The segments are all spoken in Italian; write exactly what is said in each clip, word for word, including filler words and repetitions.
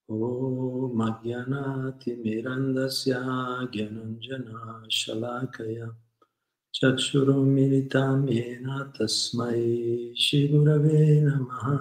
Om Ajnanati Mirandasya Gyananjana Shalakaya Chakshurum Militam Yena Tasmai Shri Gurave Namaha.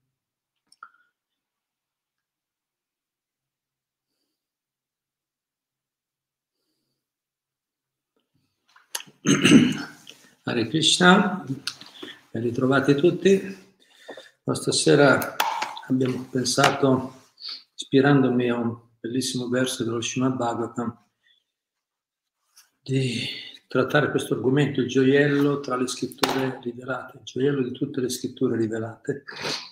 Hare Krishna, ben ritrovati tutti. Stasera abbiamo pensato, ispirandomi a un bellissimo verso dello Srimad Bhagavatam, di trattare questo argomento, il gioiello tra le scritture rivelate, il gioiello di tutte le scritture rivelate.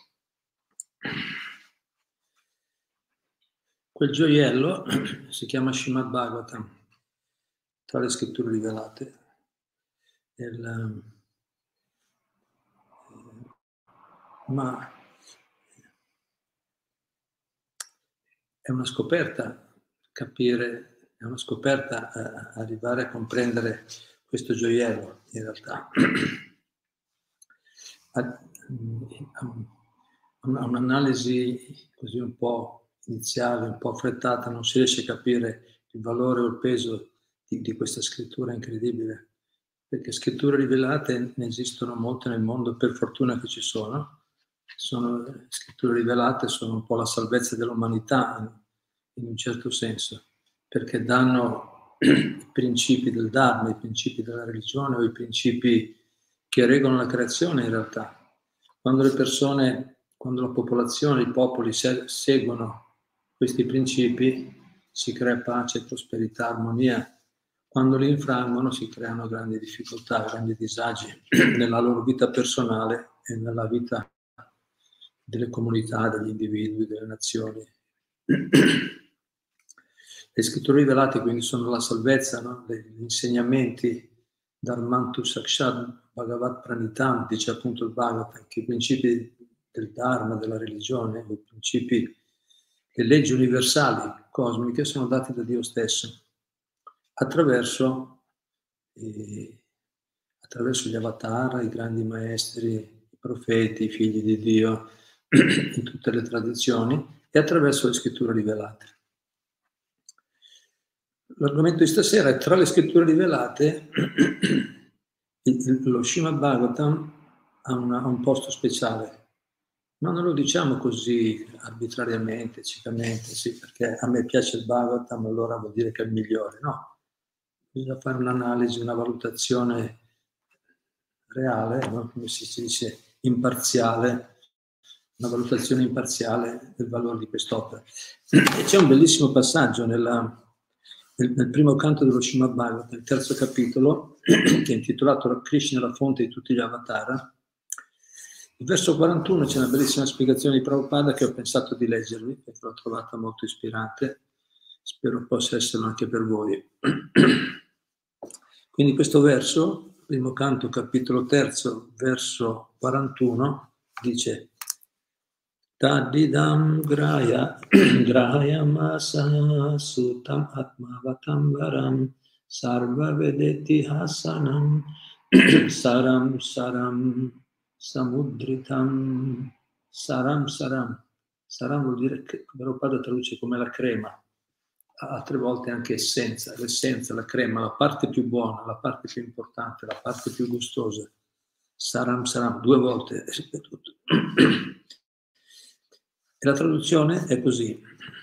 Quel gioiello si chiama Srimad Bhagavatam, tra le scritture rivelate. Il, ma è una scoperta capire, è una scoperta eh, arrivare a comprendere questo gioiello, in realtà. A, a un'analisi così un po' iniziale, un po' affrettata, non si riesce a capire il valore o il peso di, di questa scrittura incredibile. Perché scritture rivelate ne esistono molte nel mondo, per fortuna che ci sono. Sono scritture rivelate, sono un po' la salvezza dell'umanità, in un certo senso, perché danno i principi del Dharma, i principi della religione o i principi che regolano la creazione in realtà. Quando le persone, quando la popolazione, i popoli se- seguono questi principi, si crea pace, prosperità, armonia. Quando li infrangono si creano grandi difficoltà, grandi disagi nella loro vita personale e nella vita delle comunità, degli individui, delle nazioni. Le scritture rivelate quindi sono la salvezza, no? Gli insegnamenti Dharmantu Sakshat Bhagavat Pranitam, dice appunto il Bhagavatam, che i principi del Dharma, della religione, i principi, le leggi universali, cosmiche, sono dati da Dio stesso attraverso, eh, attraverso gli avatar, i grandi maestri, i profeti, i figli di Dio, in tutte le tradizioni, e attraverso le scritture rivelate. L'argomento di stasera è tra le scritture rivelate, lo Srimad Bhagavatam ha, una, ha un posto speciale, ma non lo diciamo così arbitrariamente, ciecamente, sì, perché a me piace il Bhagavatam, allora vuol dire che è il migliore, no. Bisogna fare un'analisi, una valutazione reale, no? Come si dice, imparziale, una valutazione imparziale del valore di quest'opera. E c'è un bellissimo passaggio nella, nel, nel primo canto dello Srimad Bhagavatam, il terzo capitolo, che è intitolato Krishna, la fonte di tutti gli avatar. Il verso quarantuno c'è una bellissima spiegazione di Prabhupada che ho pensato di leggervi, perché l'ho trovata molto ispirante. Spero possa esserlo anche per voi. Quindi questo verso, primo canto, capitolo terzo, verso quarantuno, dice Tadidam graya graya masa sutam atmavatam varam sarva vedeti hasanam saram saram samudritam saram saram. Saram vuol dire che Prabhupada traduce come la crema, altre volte anche essenza, l'essenza, la crema, la parte più buona, la parte più importante, la parte più gustosa. Saram saram, due volte è ripetuto. E la traduzione è così.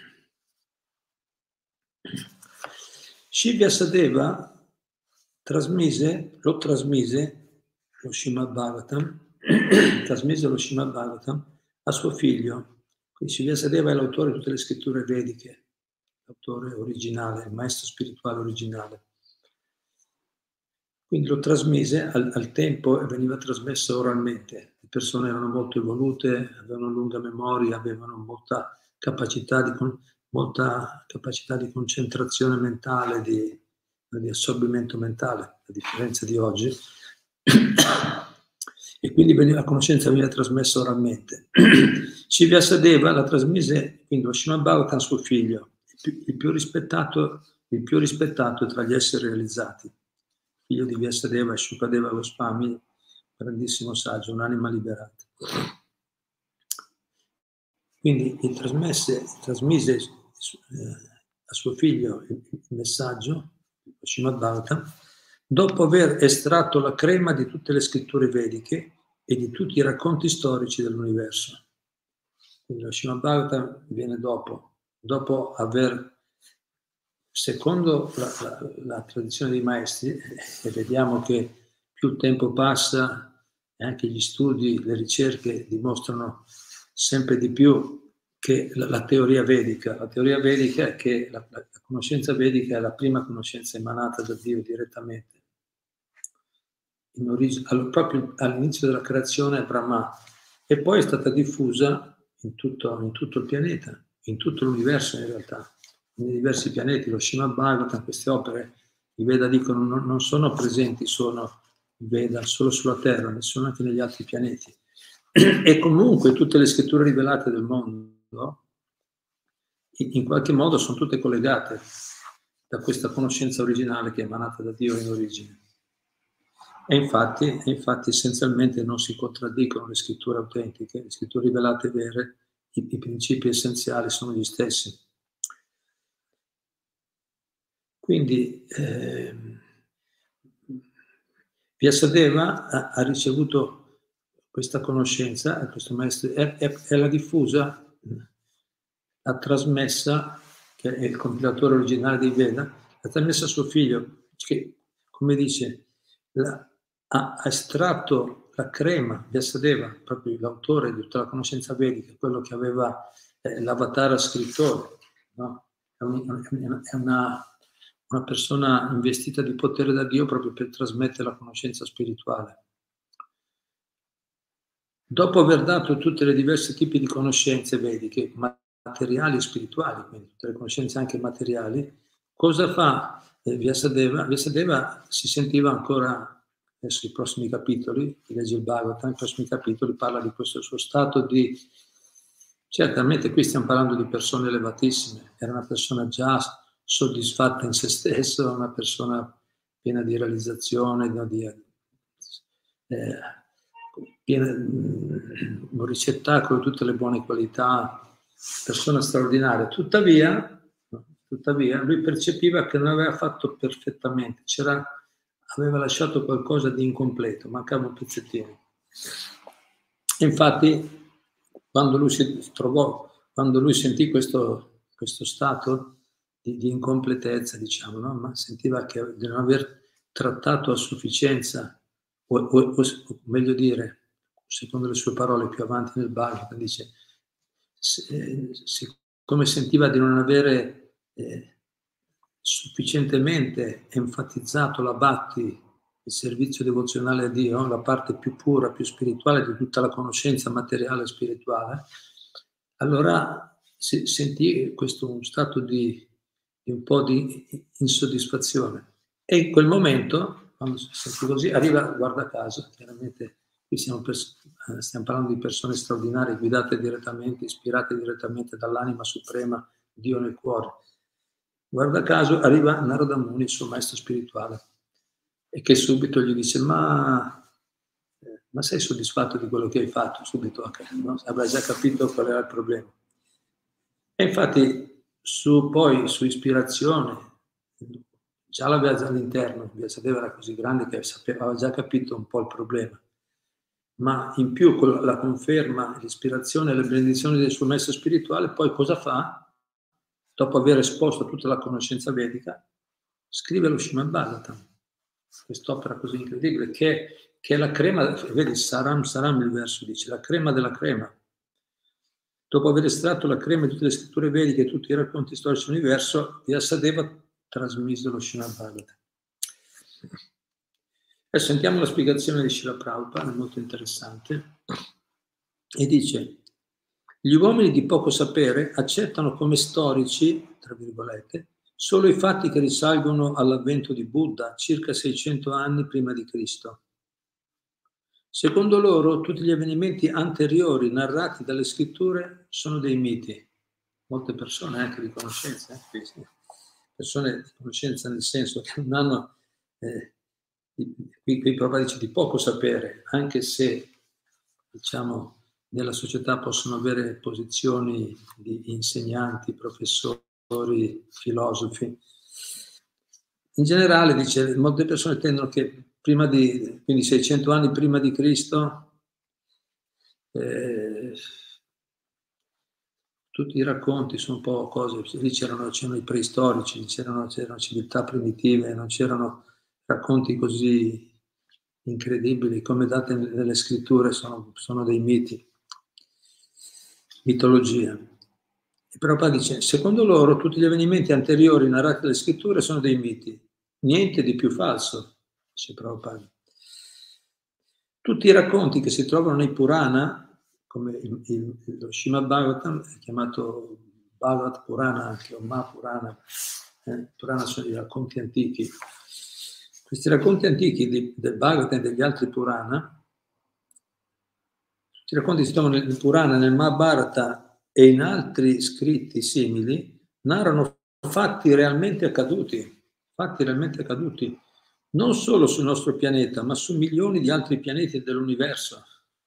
Shri Vyasadeva trasmise, lo trasmise, lo Srimad Bhagavatam, trasmise lo Srimad Bhagavatam a suo figlio. Quindi Shri Vyasadeva è l'autore di tutte le scritture vediche, l'autore originale, il maestro spirituale originale. Quindi lo trasmise al, al tempo e veniva trasmesso oralmente. Le persone erano molto evolute, avevano lunga memoria, avevano molta capacità di, molta capacità di concentrazione mentale, di, di assorbimento mentale, a differenza di oggi. E quindi veniva, la conoscenza veniva trasmessa oralmente. Shri Vyasadeva la trasmise, quindi lo Srimad Bhagavatam, suo figlio, il più, il più rispettato, il più rispettato tra gli esseri realizzati. Figlio di Vyasadeva e Shukadeva Goswami, grandissimo saggio, un'anima liberata. Quindi il trasmesse, trasmise eh, a suo figlio il, il messaggio, lo Srimad Bhagavatam, dopo aver estratto la crema di tutte le scritture vediche e di tutti i racconti storici dell'universo. Quindi lo Srimad Bhagavatam viene dopo, dopo aver, secondo la, la, la tradizione dei maestri, e vediamo che più il tempo passa e anche gli studi, le ricerche dimostrano sempre di più che la, la teoria vedica, la teoria vedica è che la, la conoscenza vedica è la prima conoscenza emanata da Dio direttamente. In origine, proprio all'inizio della creazione è Brahma, e poi è stata diffusa in tutto, in tutto il pianeta, in tutto l'universo in realtà, in diversi pianeti. Lo Srimad Bhagavatam, queste opere, i Veda dicono, non, non sono presenti, sono i Veda solo sulla Terra, ne sono anche negli altri pianeti. E comunque tutte le scritture rivelate del mondo, in, in qualche modo, sono tutte collegate da questa conoscenza originale che è emanata da Dio in origine. E infatti, e infatti essenzialmente non si contraddicono le scritture autentiche, le scritture rivelate vere, i, i principi essenziali sono gli stessi. Quindi eh, Vyasadeva ha, ha ricevuto questa conoscenza, e questo maestro, e, e, e l'ha diffusa, l'ha trasmessa, che è il compilatore originale dei Veda, l'ha trasmessa a suo figlio, che, come dice, la, ha estratto la crema, Vyasadeva, proprio l'autore di tutta la conoscenza vedica, quello che aveva eh, l'avatar scrittore, no? È, un, è una, una persona investita di potere da Dio proprio per trasmettere la conoscenza spirituale. Dopo aver dato tutte le diverse tipi di conoscenze vediche, materiali e spirituali, quindi tutte le conoscenze anche materiali, cosa fa eh, Vyasadeva? Vyasadeva si sentiva ancora, adesso i prossimi capitoli, chi legge il Bhagavatam, i prossimi capitoli parla di questo suo stato di, certamente qui stiamo parlando di persone elevatissime, era una persona già soddisfatta in se stesso, una persona piena di realizzazione, no, di, eh, piena, un ricettacolo di tutte le buone qualità, persona straordinaria. Tuttavia, tuttavia, lui percepiva che non aveva fatto perfettamente, c'era, aveva lasciato qualcosa di incompleto, mancava un pezzettino. Infatti, quando lui si trovò, quando lui sentì questo, questo stato di, di incompletezza, diciamo, no? Ma sentiva che di non aver trattato a sufficienza, o, o, o meglio dire, secondo le sue parole più avanti nel Bhagavatam, dice, siccome sentiva di non avere eh, sufficientemente enfatizzato la bhakti, il servizio devozionale a Dio, la parte più pura, più spirituale di tutta la conoscenza materiale e spirituale, allora si sentì questo un stato di, di un po' di insoddisfazione. E in quel momento, quando si sentì così, arriva, guarda caso, chiaramente qui stiamo, stiamo parlando di persone straordinarie, guidate direttamente, ispirate direttamente dall'anima suprema, Dio nel cuore. Guarda caso arriva Narada Muni, il suo maestro spirituale, e che subito gli dice, ma, eh, ma sei soddisfatto di quello che hai fatto? Subito, okay, no? Avrai già capito qual era il problema. E infatti, su, poi, su ispirazione, già l'aveva già all'interno, sapeva era così grande che sapeva, aveva già capito un po' il problema. Ma in più con la conferma, l'ispirazione e le benedizioni del suo maestro spirituale, poi cosa fa? Dopo aver esposto tutta la conoscenza vedica, scrive lo Srimad Bhagavatam, quest'opera così incredibile, che, che è la crema, vedi, saram, saram il verso dice, la crema della crema. Dopo aver estratto la crema di tutte le scritture vediche e tutti i racconti storici dell'universo, Vyasadeva trasmise lo Srimad Bhagavatam. Adesso sentiamo la spiegazione di Srila Prabhupada, è molto interessante, e dice: gli uomini di poco sapere accettano come storici, tra virgolette, solo i fatti che risalgono all'avvento di Buddha, circa seicento anni prima di Cristo. Secondo loro, tutti gli avvenimenti anteriori narrati dalle scritture sono dei miti. Molte persone anche di conoscenza, eh, persone di conoscenza nel senso che non hanno, eh, qui, qui Prabhupada dice di poco sapere, anche se, diciamo, nella società possono avere posizioni di insegnanti, professori, filosofi. In generale, dice, molte persone tendono che prima di, quindi seicento anni prima di Cristo, eh, tutti i racconti sono un po' cose, lì c'erano, c'erano i preistorici, c'erano, c'erano civiltà primitive, non c'erano racconti così incredibili come date nelle scritture, sono, sono dei miti, mitologia. E Prabhupada dice, secondo loro tutti gli avvenimenti anteriori narrati dalle scritture sono dei miti, niente di più falso, dice Prabhupada. Tutti i racconti che si trovano nei Purana, come il, il, lo Srimad Bhagavatam, è chiamato Bhagavat Purana, anche o Mahapurana, eh, Purana sono i racconti antichi. Questi racconti antichi di, del Bhagavatam e degli altri Purana, questi racconti si trovano nel Purana, nel Mahabharata e in altri scritti simili, narrano fatti realmente accaduti, fatti realmente accaduti, non solo sul nostro pianeta, ma su milioni di altri pianeti dell'universo.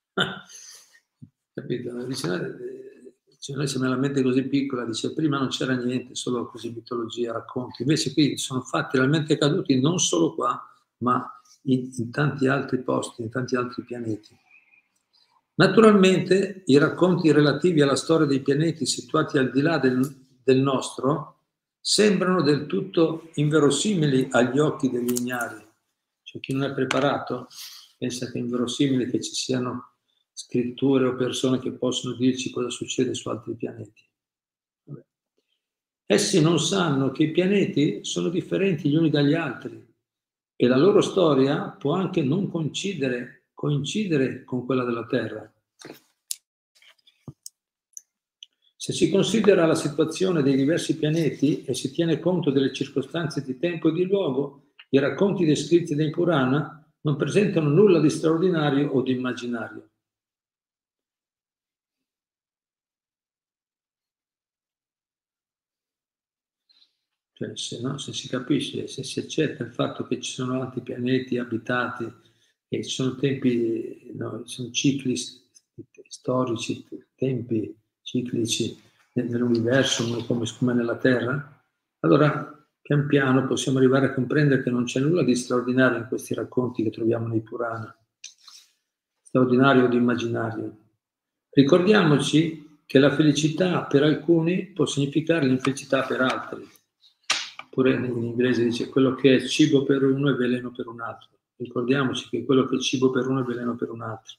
Capito? Dice, cioè noi siamo nella mente così piccola, dice prima non c'era niente, solo così mitologia, racconti. Invece qui sono fatti realmente accaduti non solo qua, ma in, in tanti altri posti, in tanti altri pianeti. Naturalmente i racconti relativi alla storia dei pianeti situati al di là del, del nostro sembrano del tutto inverosimili agli occhi degli ignari. Cioè chi non è preparato pensa che è inverosimile che ci siano scritture o persone che possono dirci cosa succede su altri pianeti. Vabbè. Essi non sanno che i pianeti sono differenti gli uni dagli altri e la loro storia può anche non coincidere, coincidere con quella della Terra. Se si considera la situazione dei diversi pianeti e si tiene conto delle circostanze di tempo e di luogo, i racconti descritti nei Purana non presentano nulla di straordinario o di immaginario. Cioè, se, no, se si capisce, se si accetta il fatto che ci sono altri pianeti abitati e ci sono tempi, no, sono cicli storici, tempi ciclici nell'universo come, come nella Terra, allora pian piano possiamo arrivare a comprendere che non c'è nulla di straordinario in questi racconti che troviamo nei Purana, straordinario o di immaginario. Ricordiamoci che la felicità per alcuni può significare l'infelicità per altri. Oppure in inglese dice quello che è cibo per uno è veleno per un altro. Ricordiamoci che quello che è cibo per uno è veleno per un altro.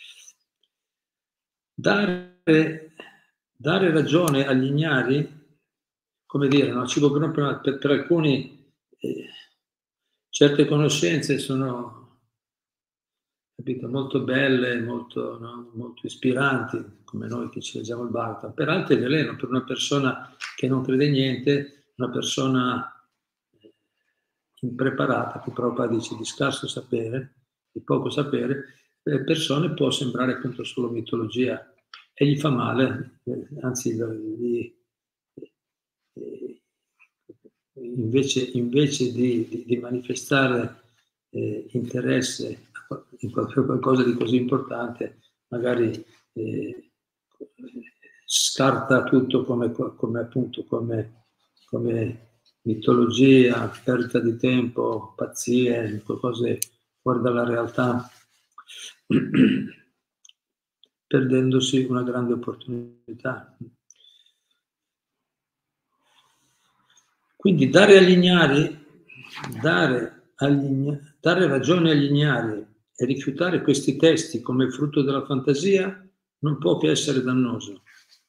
Dare, dare ragione agli ignari, come dire, no? Cibo per uno per, uno, per, per alcuni eh, certe conoscenze sono, capito, molto belle, molto, no? molto ispiranti, come noi che ci leggiamo il Bhagavatam. Per altri è veleno, per una persona che non crede niente, una persona impreparata, che Prabhupada dice di scarso sapere, di poco sapere, per persone può sembrare appunto solo mitologia e gli fa male, anzi gli, invece, invece di, di, di manifestare eh, interesse in qualcosa di così importante, magari eh, scarta tutto come, come appunto come, come mitologia, perdita di tempo, pazzie, cose fuori dalla realtà, perdendosi una grande opportunità. Quindi dare agli ignari, dare, agli, dare ragione agli ignari e rifiutare questi testi come frutto della fantasia non può che essere dannoso.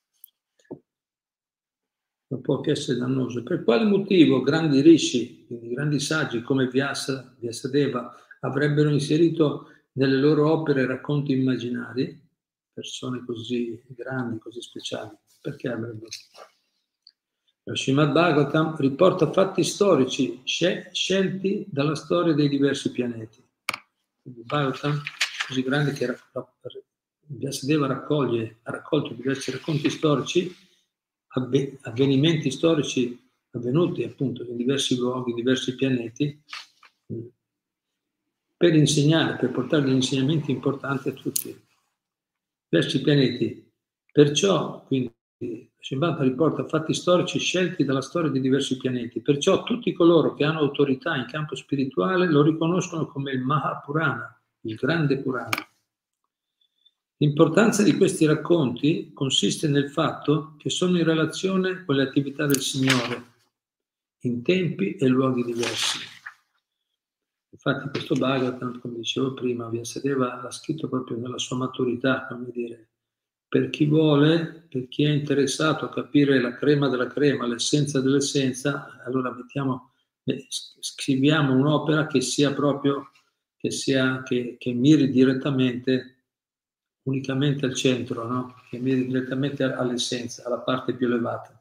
Non può che essere dannoso. Per quale motivo grandi rishi, quindi grandi saggi come Vyasa, Vyasadeva, avrebbero inserito nelle loro opere racconti immaginari, persone così grandi, così speciali? Perché avrebbero? Lo Srimad Bhagavatam riporta fatti storici scelti dalla storia dei diversi pianeti. Il Bhagavatam così grande che Vyasadeva raccoglie, ha raccolto diversi racconti storici, avvenimenti storici avvenuti appunto in diversi luoghi, in diversi pianeti, per insegnare, per portare degli insegnamenti importanti a tutti. diversi pianeti. Perciò, quindi, Scimbhava riporta fatti storici scelti dalla storia di diversi pianeti. Perciò tutti coloro che hanno autorità in campo spirituale lo riconoscono come il Mahapurana, il grande Purana. L'importanza di questi racconti consiste nel fatto che sono in relazione con le attività del Signore, in tempi e luoghi diversi. Infatti questo Bhagavatam, come dicevo prima, Vyasadeva l'ha scritto proprio nella sua maturità, come dire, per chi vuole, per chi è interessato a capire la crema della crema, l'essenza dell'essenza, allora mettiamo, scriviamo un'opera che sia proprio, che, sia, che, che miri direttamente, unicamente al centro, no? Che miri direttamente all'essenza, alla parte più elevata.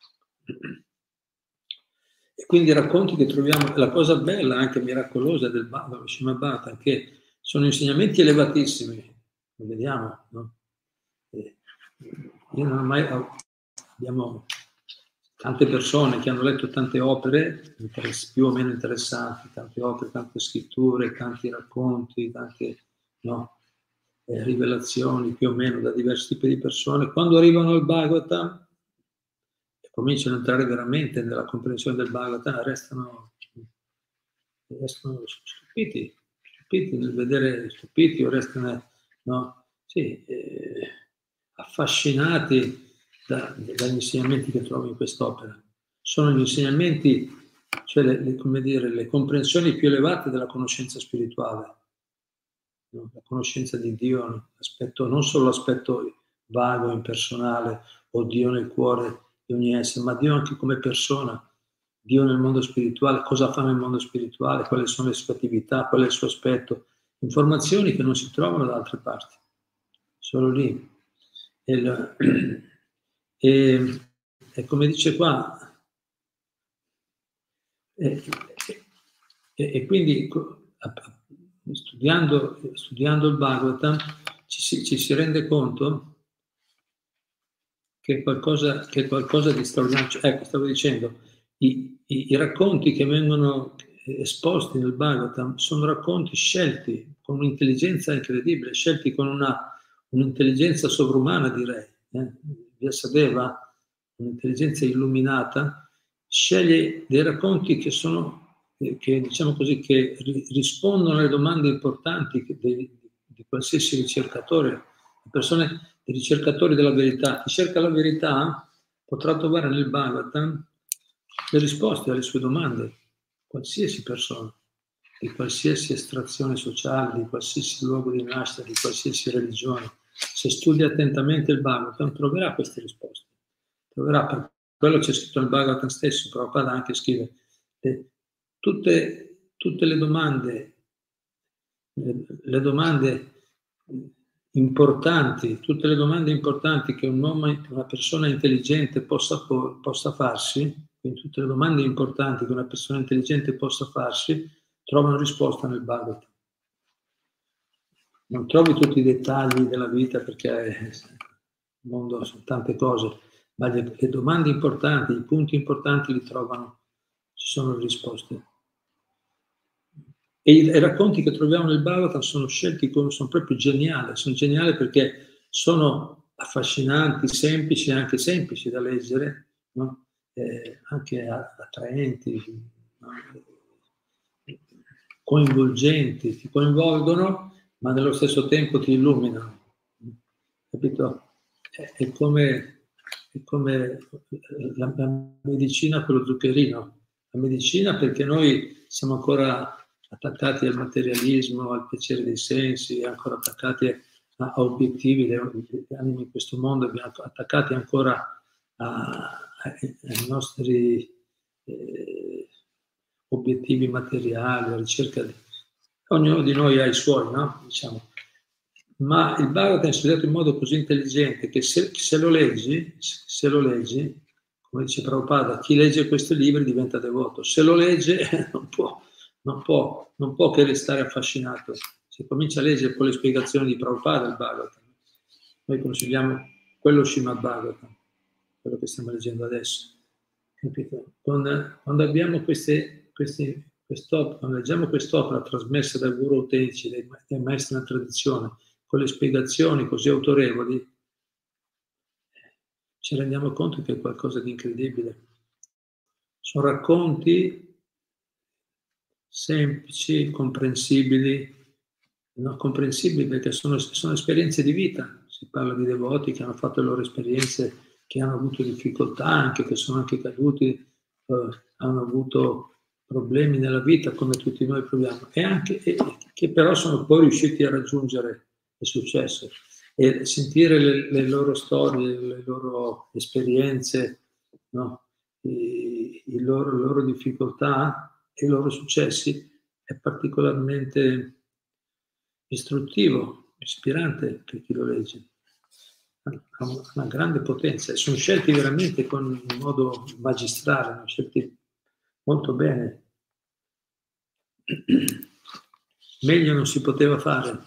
E quindi i racconti che troviamo, la cosa bella, anche miracolosa del Srimad Bhagavatam, che sono insegnamenti elevatissimi, lo vediamo, no? Eh, io non ho mai, abbiamo tante persone che hanno letto tante opere, più o meno interessanti, tante opere, tante scritture, tanti racconti, tante no, eh, rivelazioni più o meno da diversi tipi di persone. Quando arrivano al Bhagavatam cominciano a entrare veramente nella comprensione del Bhagavatam, restano, restano stupiti, stupiti nel vedere, stupiti o restano no, sì, eh, affascinati da, dagli insegnamenti che trovo in quest'opera. Sono gli insegnamenti, cioè le, le, come dire, le comprensioni più elevate della conoscenza spirituale, no? La conoscenza di Dio, l'aspetto, non solo l'aspetto vago, impersonale, o Dio nel cuore di ogni essere, ma Dio anche come persona, Dio nel mondo spirituale, cosa fa nel mondo spirituale, quali sono le sue attività, qual è il suo aspetto, informazioni che non si trovano da altre parti, solo lì. E, il, e, e come dice qua, e, e, e quindi studiando, studiando il Bhagavatam ci si, ci si rende conto che è qualcosa, che è qualcosa di straordinario. Ecco, stavo dicendo, i, i, i racconti che vengono esposti nel Bhagavatam sono racconti scelti con un'intelligenza incredibile, scelti con una, un'intelligenza sovrumana, direi. Eh? Vyasadeva, un'intelligenza illuminata, sceglie dei racconti che sono, che diciamo così, che rispondono alle domande importanti di, di qualsiasi ricercatore, le persone, i ricercatori della verità. Chi cerca la verità potrà trovare nel Bhagavatam le risposte alle sue domande, qualsiasi persona, di qualsiasi estrazione sociale, di qualsiasi luogo di nascita, di qualsiasi religione. Se studia attentamente il Bhagavatam troverà queste risposte. Troverà, per quello c'è scritto nel Bhagavatam stesso, Prabhupada anche scrive, eh, tutte, tutte le domande, le, le domande importanti, tutte le domande importanti che un uomo, una persona intelligente possa, possa farsi, quindi tutte le domande importanti che una persona intelligente possa farsi, trovano risposta nel Bhagavatam. Non trovi tutti i dettagli della vita perché il mondo sono tante cose, ma le, le domande importanti, i punti importanti li trovano, ci sono le risposte. E i, i racconti che troviamo nel Bhagavatam sono scelti, come, sono proprio geniali, sono geniali perché sono affascinanti, semplici, anche semplici da leggere, no? eh, anche attraenti, no? Coinvolgenti, ti coinvolgono, ma nello stesso tempo ti illuminano. Capito? È, è, come, è come la, la medicina con lo zuccherino. La medicina perché noi siamo ancora attaccati al materialismo, al piacere dei sensi, ancora attaccati a, a obiettivi, gli animi in questo mondo, abbiamo attaccati ancora a, a, ai nostri eh, obiettivi materiali, la ricerca di... Ognuno di noi ha i suoi, no? Diciamo. Ma il Bhagavatam è studiato in modo così intelligente che se, se lo leggi, se lo leggi, come dice Prabhupada, chi legge questi libri diventa devoto. Se lo legge non può, non può, non può che restare affascinato. Se comincia a leggere con le spiegazioni di Prabhupada il Bhagavatam, noi consigliamo quello Srimad Bhagavatam, quello che stiamo leggendo adesso. Capito? Quando, quando abbiamo queste, queste, quest'opera, quando leggiamo quest'opera trasmessa dai guru autentici, dai, dai maestri della tradizione, con le spiegazioni così autorevoli, ci rendiamo conto che è qualcosa di incredibile. Sono racconti semplici, comprensibili, no, comprensibili perché sono, sono esperienze di vita. Si parla di devoti che hanno fatto le loro esperienze, che hanno avuto difficoltà anche, che sono anche caduti, eh, hanno avuto problemi nella vita come tutti noi proviamo, e anche e, che però sono poi riusciti a raggiungere il successo. E sentire le, le loro storie, le loro esperienze, no? I, i loro, le loro difficoltà e i loro successi è particolarmente istruttivo, ispirante per chi lo legge. Ha una grande potenza e sono scelti veramente con, in modo magistrale, sono scelti molto bene. Meglio non si poteva fare.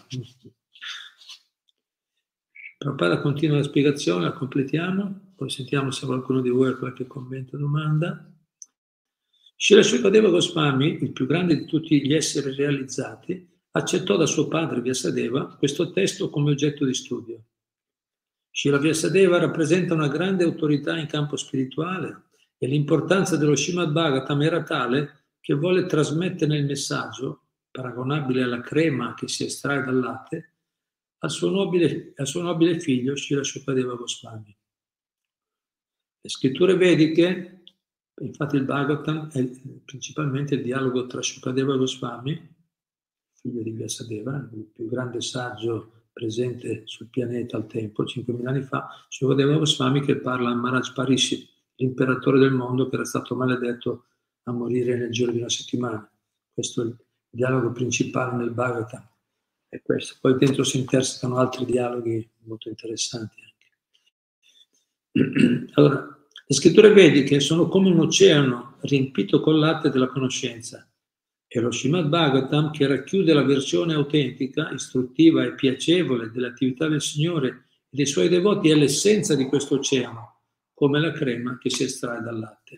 Prabhupada continua la spiegazione, la completiamo, poi sentiamo se qualcuno di voi ha qualche commento o domanda. Srila Shukadeva Goswami, il più grande di tutti gli esseri realizzati, accettò da suo padre Vyasadeva questo testo come oggetto di studio. Srila Vyasadeva rappresenta una grande autorità in campo spirituale e l'importanza dello Srimad Bhagavatam era tale che vuole trasmettere il messaggio, paragonabile alla crema che si estrae dal latte, al suo nobile, al suo nobile figlio Srila Shukadeva Goswami. Le scritture vediche, infatti il Bhagavatam è principalmente il dialogo tra Shukadeva Goswami, figlio di Vyasadeva, il più grande saggio presente sul pianeta al tempo, cinquemila anni fa, Shukadeva Goswami che parla a Maharaj Parishit, l'imperatore del mondo che era stato maledetto a morire nel giro di una settimana. Questo è il dialogo principale nel Bhagavatam. E questo. Poi dentro si intersecano altri dialoghi molto interessanti anche. Allora, le scritture vediche sono come un oceano riempito col latte della conoscenza e lo Srimad Bhagavatam, che racchiude la versione autentica, istruttiva e piacevole dell'attività del Signore e dei Suoi devoti, è l'essenza di questo oceano, come la crema che si estrae dal latte.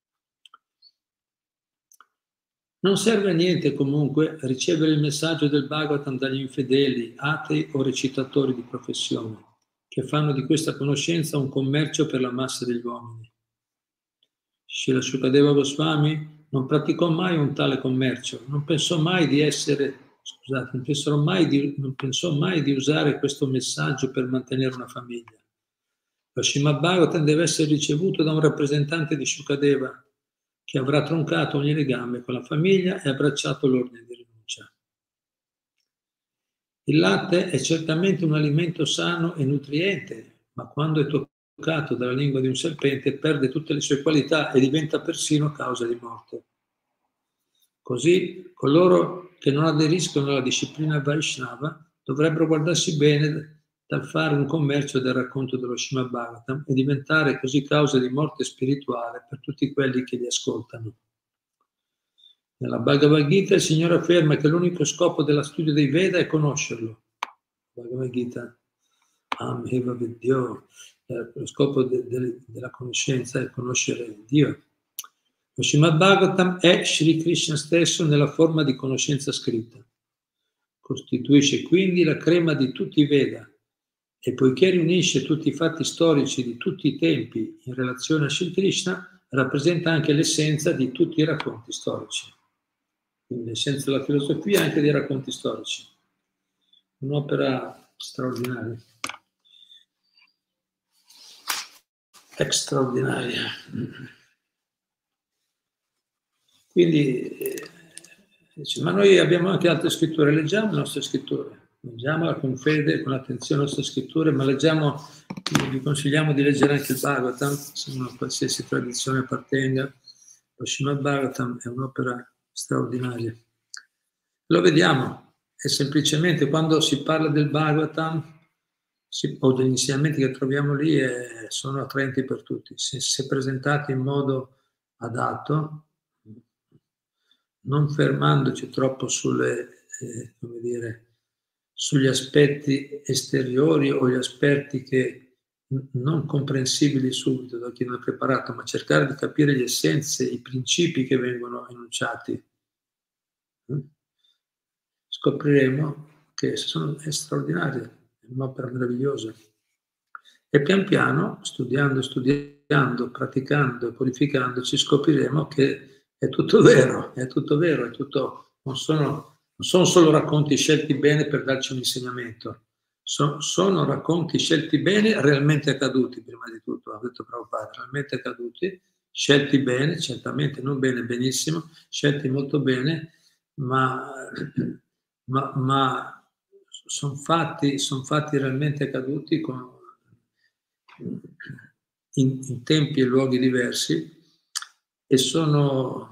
Non serve a niente comunque ricevere il messaggio del Bhagavatam dagli infedeli, atei o recitatori di professione, che fanno di questa conoscenza un commercio per la massa degli uomini. Srila Shukadeva Goswami non praticò mai un tale commercio, non pensò mai di essere, scusate, non pensò mai di, non pensò mai di usare questo messaggio per mantenere una famiglia. Lo Srimad Bhagavatam deve essere ricevuto da un rappresentante di Shukadeva, che avrà troncato ogni legame con la famiglia e abbracciato l'ordine di rinuncia. Il latte è certamente un alimento sano e nutriente, ma quando è toccato dalla lingua di un serpente perde tutte le sue qualità e diventa persino causa di morte. Così coloro che non aderiscono alla disciplina Vaishnava dovrebbero guardarsi bene dal fare un commercio del racconto dello Srimad Bhagavatam e diventare così causa di morte spirituale per tutti quelli che li ascoltano. Nella Bhagavad Gita il Signore afferma che l'unico scopo dello studio dei Veda è conoscerlo. Bhagavad Gita, Am Eva Vidyo, lo scopo de, de, della conoscenza è conoscere Dio. Lo Srimad Bhagavatam è Shri Krishna stesso nella forma di conoscenza scritta. Costituisce quindi la crema di tutti i Veda e poiché riunisce tutti i fatti storici di tutti i tempi in relazione a Shri Krishna, rappresenta anche l'essenza di tutti i racconti storici. Quindi l'essenza della filosofia e anche dei racconti storici. Un'opera straordinaria. Extraordinaria. Quindi, eh, ma noi abbiamo anche altre scritture, leggiamo le nostre scritture. Leggiamola con fede, con attenzione alle nostre scritture, ma leggiamo, vi consigliamo di leggere anche il Bhagavatam, se una qualsiasi tradizione appartenga. Lo Srimad Bhagavatam è un'opera straordinaria. Lo vediamo, è semplicemente quando si parla del Bhagavatam si, o degli insegnamenti che troviamo lì eh, sono attraenti per tutti. Se, se presentati in modo adatto, non fermandoci troppo sulle, eh, come dire, sugli aspetti esteriori o gli aspetti che non comprensibili subito da chi non è preparato, ma cercare di capire le essenze, i principi che vengono enunciati. Scopriremo che sono straordinarie, è un'opera meravigliosa. E pian piano, studiando, studiando, praticando e purificandoci, scopriremo che è tutto vero, è tutto vero, è tutto, non sono, non sono solo racconti scelti bene per darci un insegnamento, sono, sono racconti scelti bene, realmente accaduti, prima di tutto, ha detto Prabhupada, realmente accaduti, scelti bene, certamente non bene, benissimo, scelti molto bene, ma, ma, ma sono fatti, son fatti realmente accaduti con, in, in tempi e luoghi diversi e sono,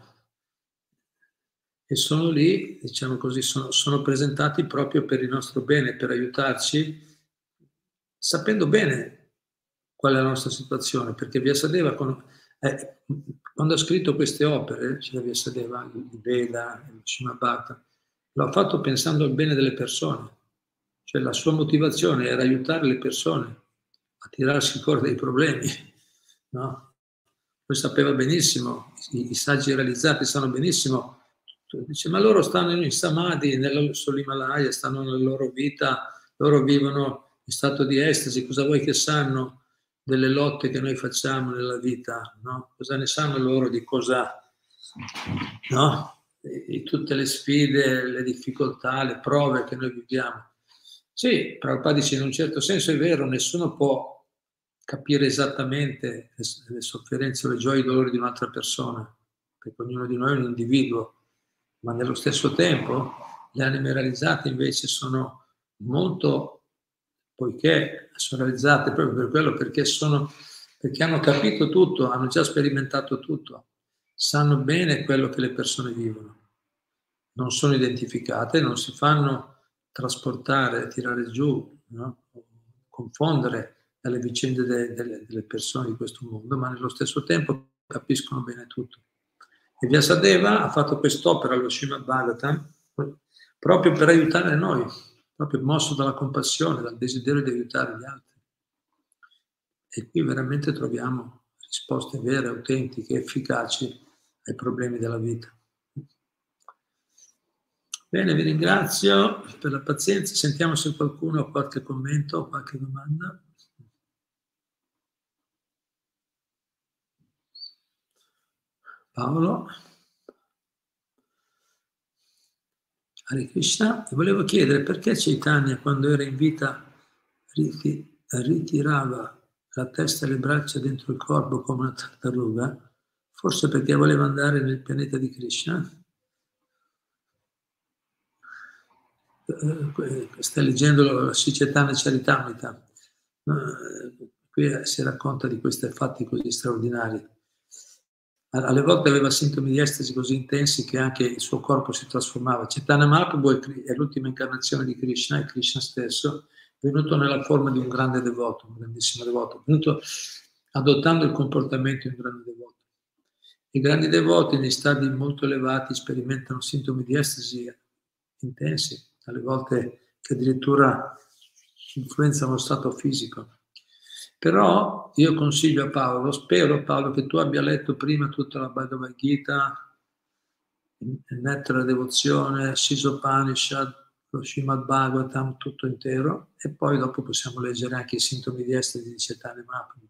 e sono lì, diciamo così, sono, sono presentati proprio per il nostro bene, per aiutarci, sapendo bene qual è la nostra situazione, perché Vyasadeva, con, eh, quando ha scritto queste opere, cioè Vyasadeva, il Veda, il Srimad Bhagavatam, l'ha fatto pensando al bene delle persone, cioè la sua motivazione era aiutare le persone a tirarsi fuori dai problemi, no? Lui sapeva benissimo, i, i saggi realizzati sanno benissimo, dice, ma loro stanno in Samadhi, sull'Himalaya, stanno nella loro vita, loro vivono in stato di estasi, cosa vuoi che sanno delle lotte che noi facciamo nella vita, no? Cosa ne sanno loro di cosa, no? Di tutte le sfide, le difficoltà, le prove che noi viviamo. Sì, Prabhupada dice, in un certo senso è vero, nessuno può capire esattamente le, le sofferenze, le gioie e i dolori di un'altra persona, perché ognuno di noi è un individuo, ma nello stesso tempo le anime realizzate invece sono molto, poiché sono realizzate proprio per quello, perché, sono, perché hanno capito tutto, hanno già sperimentato tutto, sanno bene quello che le persone vivono, non sono identificate, non si fanno trasportare, tirare giù, no? Confondere dalle vicende de, de, delle persone di questo mondo, ma nello stesso tempo capiscono bene tutto. E Vyasadeva ha fatto quest'opera, lo Srimad Bhagavatam, proprio per aiutare noi, proprio mosso dalla compassione, dal desiderio di aiutare gli altri. E qui veramente troviamo risposte vere, autentiche, efficaci ai problemi della vita. Bene, vi ringrazio per la pazienza. Sentiamo se qualcuno ha qualche commento o qualche domanda. Paolo. Hare Krishna. Volevo chiedere perché Chaitanya, quando era in vita, ritirava la testa e le braccia dentro il corpo come una tartaruga? Forse perché voleva andare nel pianeta di Krishna? Stai leggendo la Chaitanya Charitamrita. Qui si racconta di questi fatti così straordinari. Alle volte aveva sintomi di estasi così intensi che anche il suo corpo si trasformava. Chaitanya Mahaprabhu è l'ultima incarnazione di Krishna, è Krishna stesso, venuto nella forma di un grande devoto, un grandissimo devoto, venuto adottando il comportamento di un grande devoto. I grandi devoti in stadi molto elevati sperimentano sintomi di estasi intensi, alle volte che addirittura influenzano lo stato fisico. Però io consiglio a Paolo, spero Paolo che tu abbia letto prima tutta la Bhagavad Gita, il Nettara Devozione, Sisopanishad, lo Srimad Bhagavatam, tutto intero, e poi dopo possiamo leggere anche i sintomi di estasi di Chaitanya Mahaprabhu.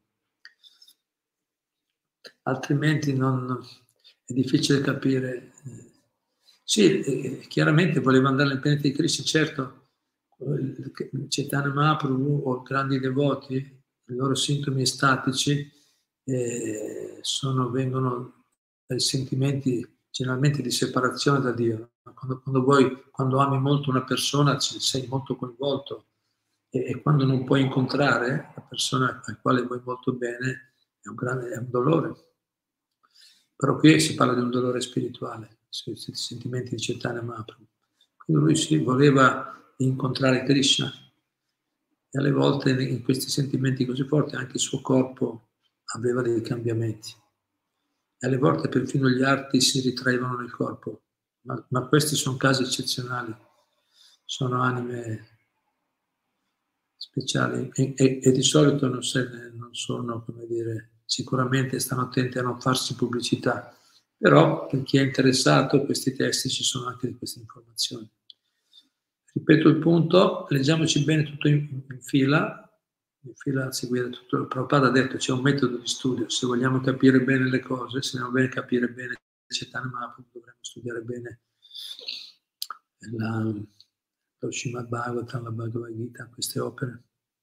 Altrimenti non, è difficile capire. Sì, eh, chiaramente voleva andare nel pianeta di Krishna, certo, Chaitanya Mahaprabhu o grandi devoti, i loro sintomi estatici eh, sono, vengono dai sentimenti generalmente di separazione da Dio. Quando, quando, vuoi, quando ami molto una persona sei molto coinvolto e, e quando non puoi incontrare la persona al quale vuoi molto bene è un, grande, è un dolore. Però qui si parla di un dolore spirituale, sui sentimenti di Chaitanya Mahaprabhu. Quindi lui si voleva incontrare Krishna e alle volte in questi sentimenti così forti anche il suo corpo aveva dei cambiamenti. E alle volte perfino gli arti si ritraevano nel corpo, ma, ma questi sono casi eccezionali, sono anime speciali e, e, e di solito non, se, non sono, come dire, sicuramente stanno attenti a non farsi pubblicità, però per chi è interessato questi testi ci sono anche queste informazioni. Ripeto il punto, leggiamoci bene tutto in, in fila, in fila a seguire tutto. Il Prabhupada ha detto c'è un metodo di studio, se vogliamo capire bene le cose, se vogliamo bene capire bene Chaitanya Mahaprabhu, dovremmo studiare bene la, lo Srimad Bhagavatam, la Bhagavad Gita, queste opere.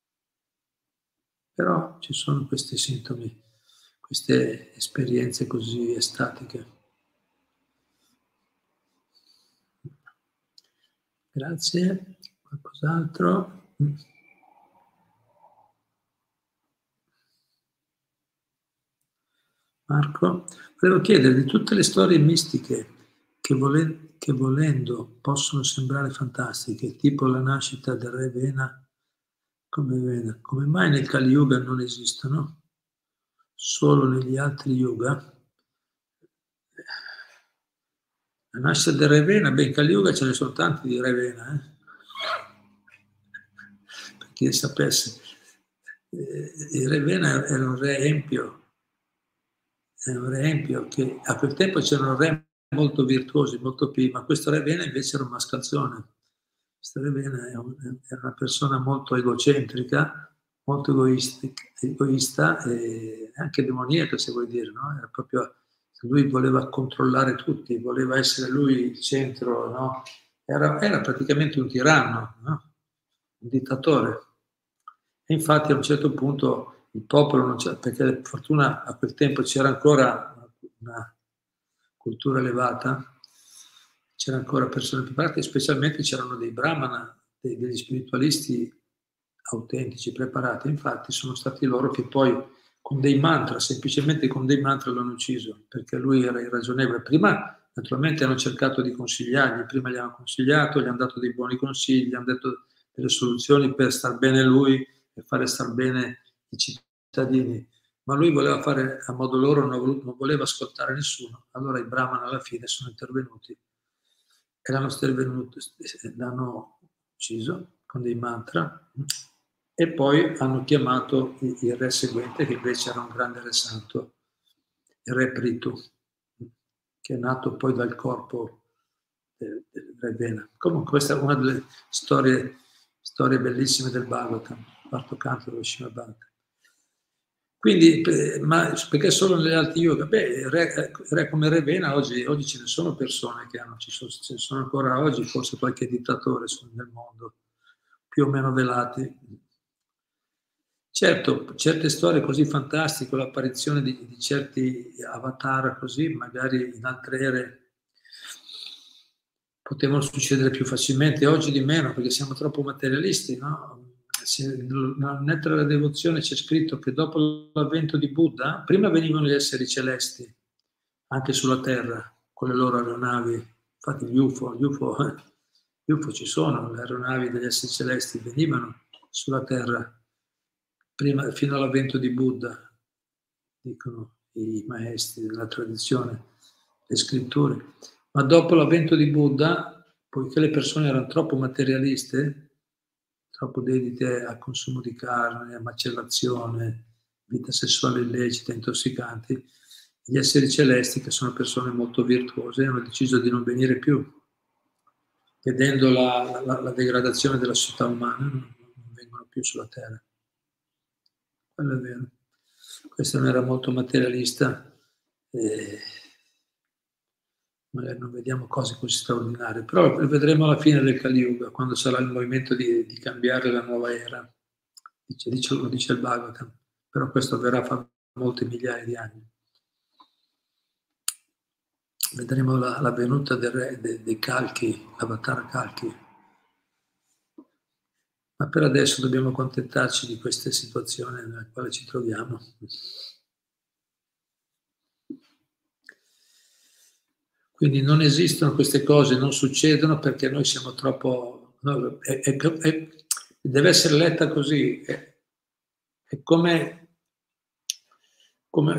Però ci sono questi sintomi, queste esperienze così estatiche. Grazie. Qualcos'altro? Marco, volevo chiedere di tutte le storie mistiche che, vole, che volendo possono sembrare fantastiche, tipo la nascita del re Vena, come, Vena, come mai nel Kali Yuga non esistono? Solo negli altri yuga? La nascita del re Vena, beh, in Kali Yuga ce ne sono tanti di re Vena, eh? Per chi sapesse. Il re Vena era un re empio, era un re empio che a quel tempo c'erano re molto virtuosi, molto più, ma questo re Vena invece era un mascalzone. Questo re Vena era una persona molto egocentrica, molto egoista e anche demoniaca, se vuoi dire, no? Era proprio, lui voleva controllare tutti, voleva essere lui il centro, no? Era, era praticamente un tiranno, no? Un dittatore. E infatti a un certo punto il popolo non c'era, perché per fortuna a quel tempo c'era ancora una cultura elevata, c'era ancora persone preparate, specialmente c'erano dei brahmana, dei, degli spiritualisti autentici, preparati. Infatti sono stati loro che poi con dei mantra, semplicemente con dei mantra l'hanno ucciso, perché lui era irragionevole. Prima naturalmente hanno cercato di consigliargli, prima gli hanno consigliato, gli hanno dato dei buoni consigli, gli hanno detto delle soluzioni per star bene lui e fare star bene i cittadini, ma lui voleva fare a modo loro, non voleva ascoltare nessuno. Allora i brahman alla fine sono intervenuti e l'hanno, l'hanno ucciso con dei mantra e poi hanno chiamato il re seguente, che invece era un grande re santo, il re Prithu, che è nato poi dal corpo del, del re Vena. Comunque questa è una delle storie, storie bellissime del Bhagavatam, quarto canto dello Srimad Bhagavatam. Quindi, ma perché solo nelle altre yoga? Beh, re, re come Re Vena, oggi, oggi ce ne sono persone che hanno, ci sono, ce ne sono ancora oggi, forse qualche dittatore nel mondo, più o meno velati. Certo, certe storie così fantastiche, l'apparizione di, di certi avatar così, magari in altre ere potevano succedere più facilmente, oggi di meno, perché siamo troppo materialisti, no? Nel netto della devozione c'è scritto che dopo l'avvento di Buddha, prima venivano gli esseri celesti, anche sulla Terra, con le loro aeronavi. Infatti gli U F O, gli U F O, gli U F O ci sono, le aeronavi degli esseri celesti venivano sulla Terra, prima, fino all'avvento di Buddha, dicono i maestri della tradizione, le scritture. Ma dopo l'avvento di Buddha, poiché le persone erano troppo materialiste, troppo dedite al consumo di carne, a macellazione, vita sessuale illecita, intossicanti, gli esseri celesti, che sono persone molto virtuose, hanno deciso di non venire più. Vedendo la, la, la degradazione della società umana, non, non vengono più sulla Terra. Quello è vero. Questo non era molto materialista. Eh, magari non vediamo cose così straordinarie, però vedremo alla fine del Kali Yuga, quando sarà il movimento di, di cambiare la nuova era, dice, dice, lo dice il Bhagavatam, però questo avverrà fra molte migliaia di anni. Vedremo la, la venuta dei de, de, de Kalki, l'avatar Kalki. Ma per adesso dobbiamo accontentarci di questa situazione nella quale ci troviamo. Quindi non esistono queste cose, non succedono perché noi siamo troppo... No, è, è, è, deve essere letta così. È, è come, come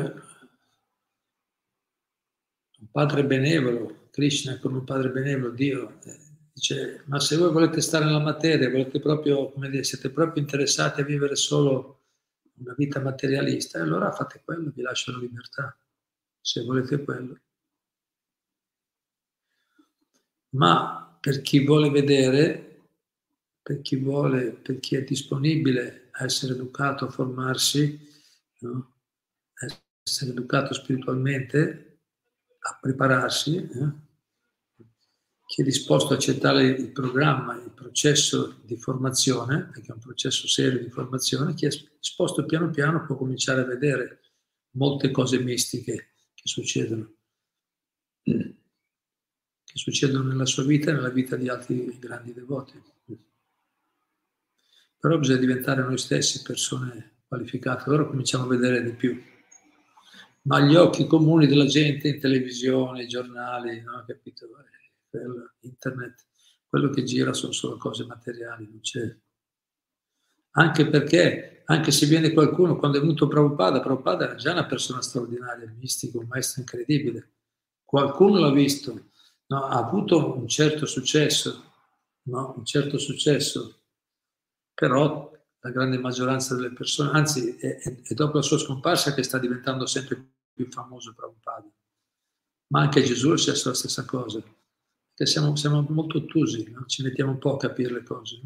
un padre benevolo, Krishna come un padre benevolo, Dio. Eh, dice, ma se voi volete stare nella materia, volete proprio, come dire, siete proprio interessati a vivere solo una vita materialista, allora fate quello, vi lascio la libertà, se volete quello. Ma per chi vuole vedere, per chi vuole, per chi è disponibile a essere educato, a formarsi, no? A essere educato spiritualmente, a prepararsi, eh? Chi è disposto a accettare il programma, il processo di formazione, perché è un processo serio di formazione, chi è disposto piano piano può cominciare a vedere molte cose mistiche che succedono, che succedono nella sua vita e nella vita di altri grandi devoti. Però bisogna diventare noi stessi persone qualificate, allora cominciamo a vedere di più. Ma agli occhi comuni della gente in televisione, giornali, no? Capito? Internet, quello che gira sono solo cose materiali, non c'è. Anche perché, anche se viene qualcuno, quando è venuto Prabhupada, Prabhupada era già una persona straordinaria, mistico, un maestro incredibile. Qualcuno l'ha visto, no? Ha avuto un certo successo, no? Un certo successo, però la grande maggioranza delle persone, anzi è, è, è dopo la sua scomparsa che sta diventando sempre più famoso Prabhupada. Ma anche Gesù sia la stessa cosa. Che siamo, siamo molto ottusi, no? Ci mettiamo un po' a capire le cose.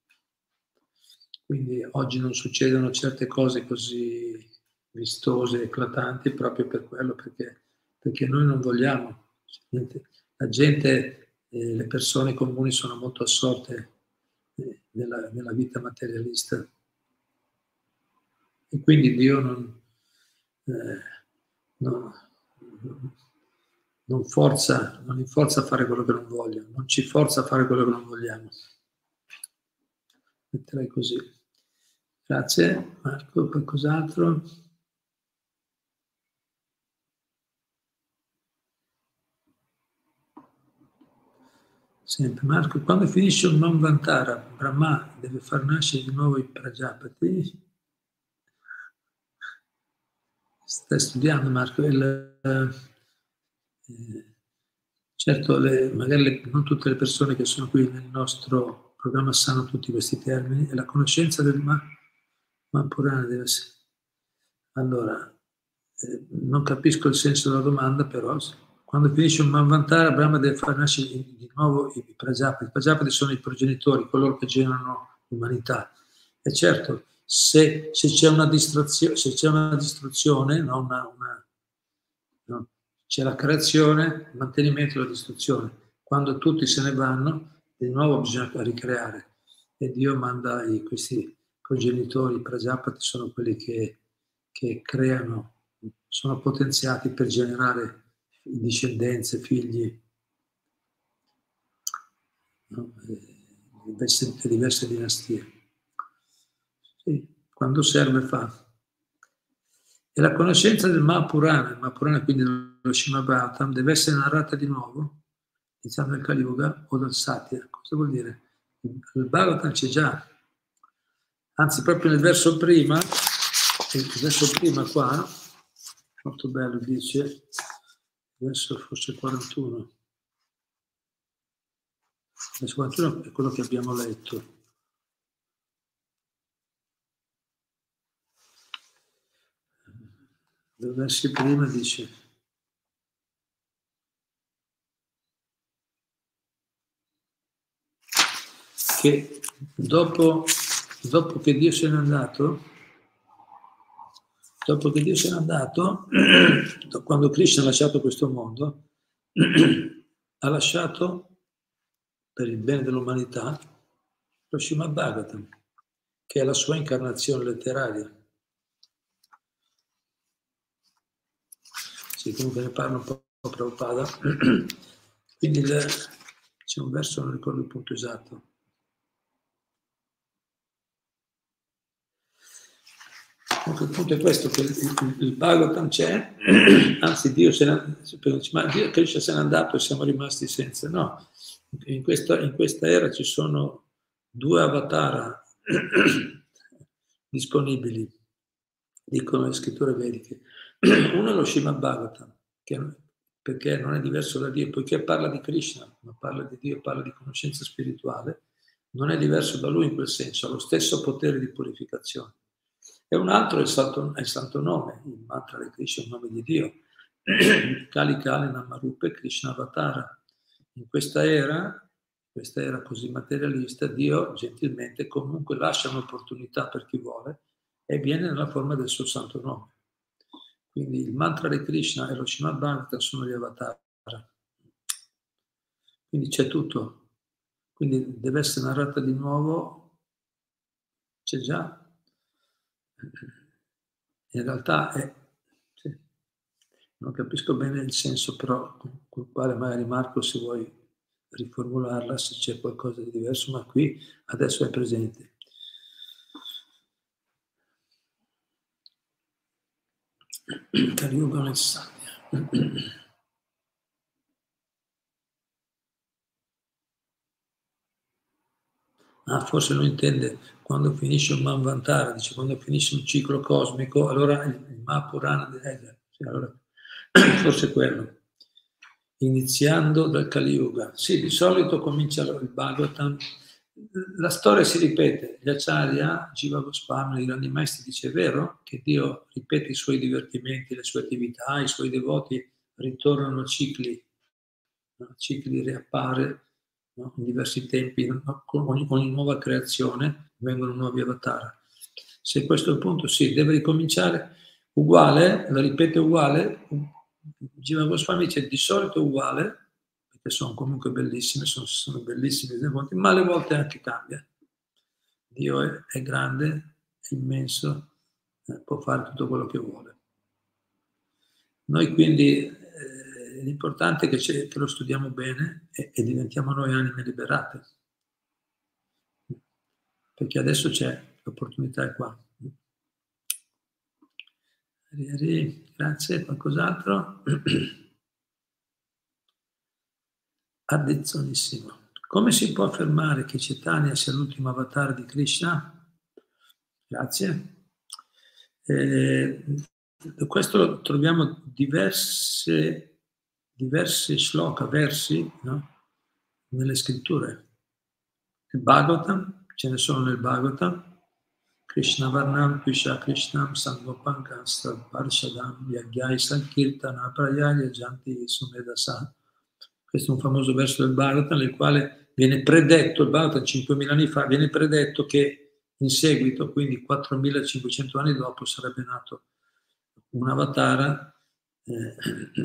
Quindi oggi non succedono certe cose così vistose, eclatanti, proprio per quello, perché, perché noi non vogliamo. La gente, eh, le persone comuni sono molto assorte eh, nella, nella vita materialista. E quindi Dio non, eh, non, non forza, non li forza a fare quello che non vogliono, non ci forza a fare quello che non vogliamo. Metterei così. Grazie. Marco, qualcos'altro? Sempre. Marco, quando finisce un Manvantara, Brahma deve far nascere di nuovo i Prajapati? Stai studiando, Marco? Il, eh, certo, le, magari le, non tutte le persone che sono qui nel nostro programma sanno tutti questi termini, e la conoscenza del Mahaprana deve essere. Allora, eh, non capisco il senso della domanda, però quando finisce un Manvantara, Brahma deve far nascere di nuovo i Prajapati. I Prajapati sono i progenitori, coloro che generano l'umanità. E certo, se, se c'è una distrazione, se c'è una distruzione, no, una, una, no, c'è la creazione, il mantenimento e la distruzione. Quando tutti se ne vanno, di nuovo bisogna ricreare. E Dio manda i, questi progenitori, i Prajapati sono quelli che, che creano, sono potenziati per generare discendenze, figli, no? diverse, diverse dinastie. Sì, quando serve fa. E la conoscenza del Mahapurana, il Mahapurana quindi dello Srimad Bhagavatam, deve essere narrata di nuovo, iniziando dal Kali Yuga o dal Satya. Cosa vuol dire? Il Bhagavatam c'è già. Anzi, proprio nel verso prima, il verso prima qua, molto bello, dice, verso forse quarantuno. Il verso quarantuno è quello che abbiamo letto. Due versi prima dice che dopo, dopo che Dio se n'è andato, dopo che Dio se n'è andato, quando Krishna ha lasciato questo mondo, ha lasciato per il bene dell'umanità lo Srimad Bhagavatam, che è la sua incarnazione letteraria. Sì, comunque ne parla un po' Prabhupada. Quindi il, c'è un verso, non ricordo il punto esatto. Il punto è questo, che il, il, il Bhagavatam c'è, anzi Dio se n'è, ma Dio, Krishna se n'è andato e siamo rimasti senza. No, in questa, in questa era ci sono due avatara disponibili, dicono le scritture vediche. Uno è lo Srimad Bhagavatam, che, perché non è diverso da Dio, poiché parla di Krishna, ma parla di Dio, parla di conoscenza spirituale, non è diverso da Lui in quel senso, ha lo stesso potere di purificazione. E un altro è il santo, è il santo nome, il mantra di Krishna, il nome di Dio, Kali Kali Namarupe Krishna Avatara. In questa era questa era così materialista, Dio gentilmente comunque lascia un'opportunità per chi vuole e viene nella forma del suo santo nome. Quindi il mantra di Krishna e lo Srimad Bhagavatam sono gli avatar. Quindi c'è tutto. Quindi deve essere narrata di nuovo, c'è già. In realtà è, sì, non capisco bene il senso però con il quale magari Marco, se vuoi riformularla, se c'è qualcosa di diverso, ma qui adesso è presente. Kali-yuga Alessandria. Ah, forse lo intende quando finisce un Manvantara, dice quando finisce un ciclo cosmico, allora il Mahapurana, eh, sì, allora, forse quello. Iniziando dal Kali-yuga. Sì, di solito comincia il Bhagavatam, la storia si ripete, gli Acharya, Jiva Goswami, i grandi maestri, dice è vero che Dio ripete i suoi divertimenti, le sue attività, i suoi devoti ritornano a cicli, no? Cicli riappare, no? In diversi tempi, no? Con ogni, ogni nuova creazione vengono nuovi avatar. Se questo è il punto, sì, deve ricominciare uguale, la ripete uguale, Jiva Goswami dice di solito uguale, perché sono comunque bellissime, sono, sono bellissime, ma alle volte anche cambia. Dio è, è grande, è immenso, eh, può fare tutto quello che vuole. Noi quindi eh, l'importante è che, che lo studiamo bene e, e diventiamo noi anime liberate, perché adesso c'è l'opportunità è qua. Grazie, qualcos'altro? Addizionissimo. Come si può affermare che Chaitanya sia l'ultimo avatar di Krishna? Grazie. Eh, questo lo troviamo diverse, diverse shloka, versi, no? Nelle scritture. Il Bhagavatam, ce ne sono nel Bhagavatam, Krishna Varnam, Pisha Krishnam, Sangopankastra, Parshadam, Yagyai Sankirtana, Prayaya Janti Sumedasa. Questo è un famoso verso del Bhagavatam nel quale viene predetto, il Bhagavatam cinquemila anni fa, viene predetto che in seguito, quindi quattromilacinquecento anni dopo, sarebbe nato un avatara eh,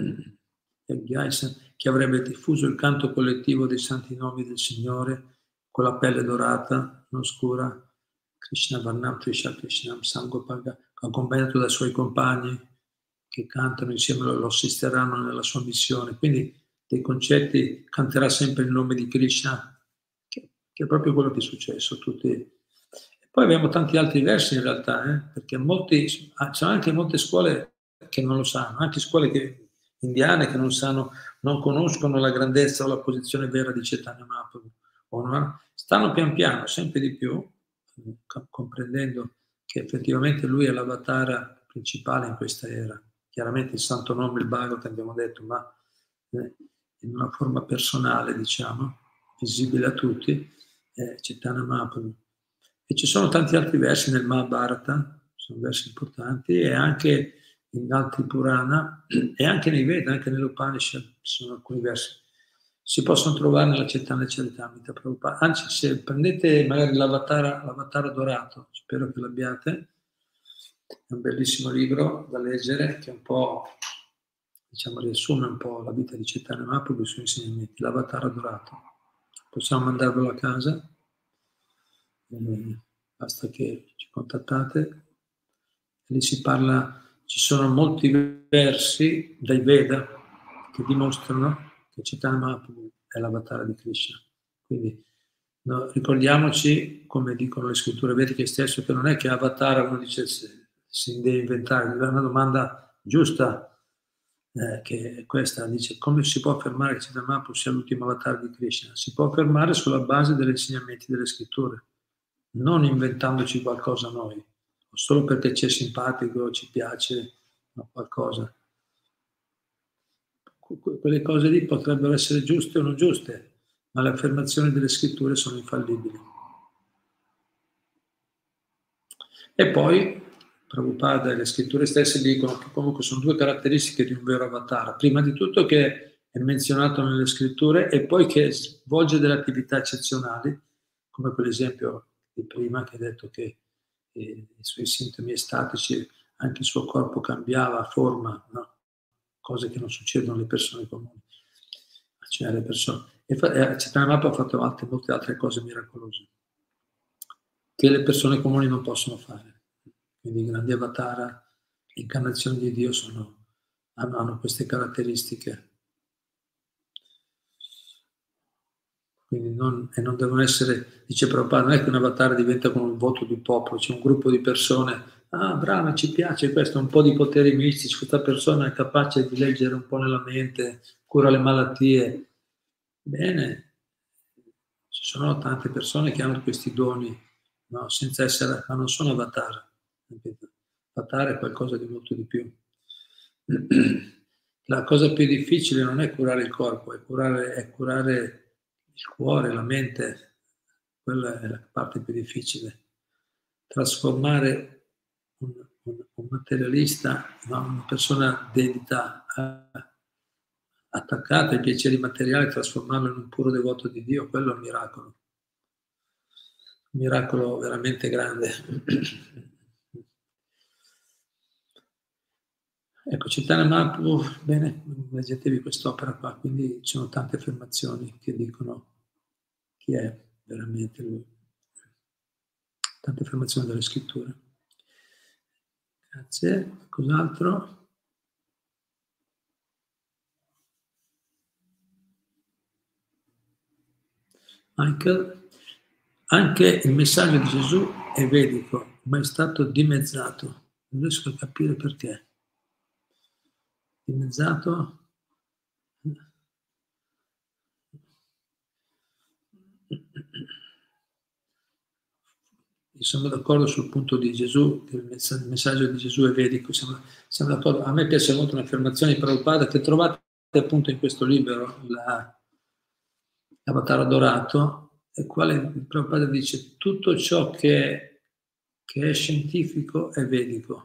che avrebbe diffuso il canto collettivo dei santi nomi del Signore con la pelle dorata, non scura, Krishna Varnam Trisha Krishnam Sangopaga, accompagnato dai suoi compagni che cantano insieme, lo assisteranno nella sua missione. Quindi dei concetti, canterà sempre il nome di Krishna, che, che è proprio quello che è successo. Tutti. E poi abbiamo tanti altri versi in realtà, eh, perché molti, c'è anche molte scuole che non lo sanno, anche scuole che, indiane che non sanno, non conoscono la grandezza o la posizione vera di Chaitanya Mahaprabhu. Stanno pian piano, sempre di più, comprendendo che effettivamente lui è l'avatar principale in questa era. Chiaramente il santo nome, il Bhagavatam, abbiamo detto, ma eh, in una forma personale, diciamo, visibile a tutti, eh, Chaitanya Mahaprabhu. E ci sono tanti altri versi nel Mahabharata, sono versi importanti, e anche in altri Purana, e anche nei Veda, anche nell'Upanishad, ci sono alcuni versi. Si possono trovare nella Chaitanya Charitamrita Prabhupada. Anzi, se prendete magari l'Avatara, l'Avatara Dorato, spero che l'abbiate, è un bellissimo libro da leggere che un po', diciamo, riassume un po' la vita di Chaitanya Mahaprabhu e i suoi insegnamenti, l'Avatara Dorato. Possiamo mandarvelo a casa, eh, basta che ci contattate. Lì si parla, ci sono molti versi dai Veda che dimostrano che Chaitanya Mahaprabhu è l'avatar di Krishna. Quindi no, ricordiamoci, come dicono le scritture vediche stesso, che non è che avatar uno dice si, si deve inventare, è una domanda giusta, eh, che è questa, dice come si può affermare che Chaitanya Mahaprabhu sia l'ultimo avatar di Krishna? Si può affermare sulla base degli insegnamenti delle scritture, non inventandoci qualcosa noi, o solo perché ci è simpatico, ci piace no, qualcosa. Quelle cose lì potrebbero essere giuste o non giuste, ma le affermazioni delle scritture sono infallibili. E poi Prabhupada e le scritture stesse dicono che comunque sono due caratteristiche di un vero avatar. Prima di tutto che è menzionato nelle scritture e poi che svolge delle attività eccezionali, come per esempio di prima che ha detto che eh, i suoi sintomi estatici, anche il suo corpo cambiava forma, no? Cose che non succedono alle persone comuni. Cioè alle persone. E Chaitanya ha fatto altre, molte altre cose miracolose che le persone comuni non possono fare. Quindi i grandi avatara, le incarnazioni di Dio sono, hanno, hanno queste caratteristiche. Quindi non, e non devono essere, dice Prabhupada, non è che un avatara diventa come un voto di un popolo, c'è un gruppo di persone, ah brava, ci piace questo, un po' di poteri mistici, questa persona è capace di leggere un po' nella mente, cura le malattie. Bene, ci sono tante persone che hanno questi doni, no? Senza essere, ma non sono avatar. Avatar è qualcosa di molto di più. La cosa più difficile non è curare il corpo, è curare, è curare il cuore, la mente, quella è la parte più difficile. Trasformare un, un, un materialista, no? Una persona dedita, a, attaccata ai piaceri materiali, trasformarlo in un puro devoto di Dio, quello è un miracolo. Un miracolo veramente grande. Ecco, Chaitanya Mahaprabhu, bene, leggetevi quest'opera qua, quindi ci sono tante affermazioni che dicono chi è veramente lui. Tante affermazioni delle scritture. Grazie. Cos'altro? Michael, anche il messaggio di Gesù è vedico, ma è stato dimezzato. Non riesco a capire perché. Dimezzato? Siamo d'accordo sul punto di Gesù, che il messaggio di Gesù è vedico. Siamo, siamo d'accordo. A me piace molto un'affermazione di Prabhupada che trovate appunto in questo libro, l'Avatar Adorato, nel quale Prabhupada dice tutto ciò che, che è scientifico è vedico.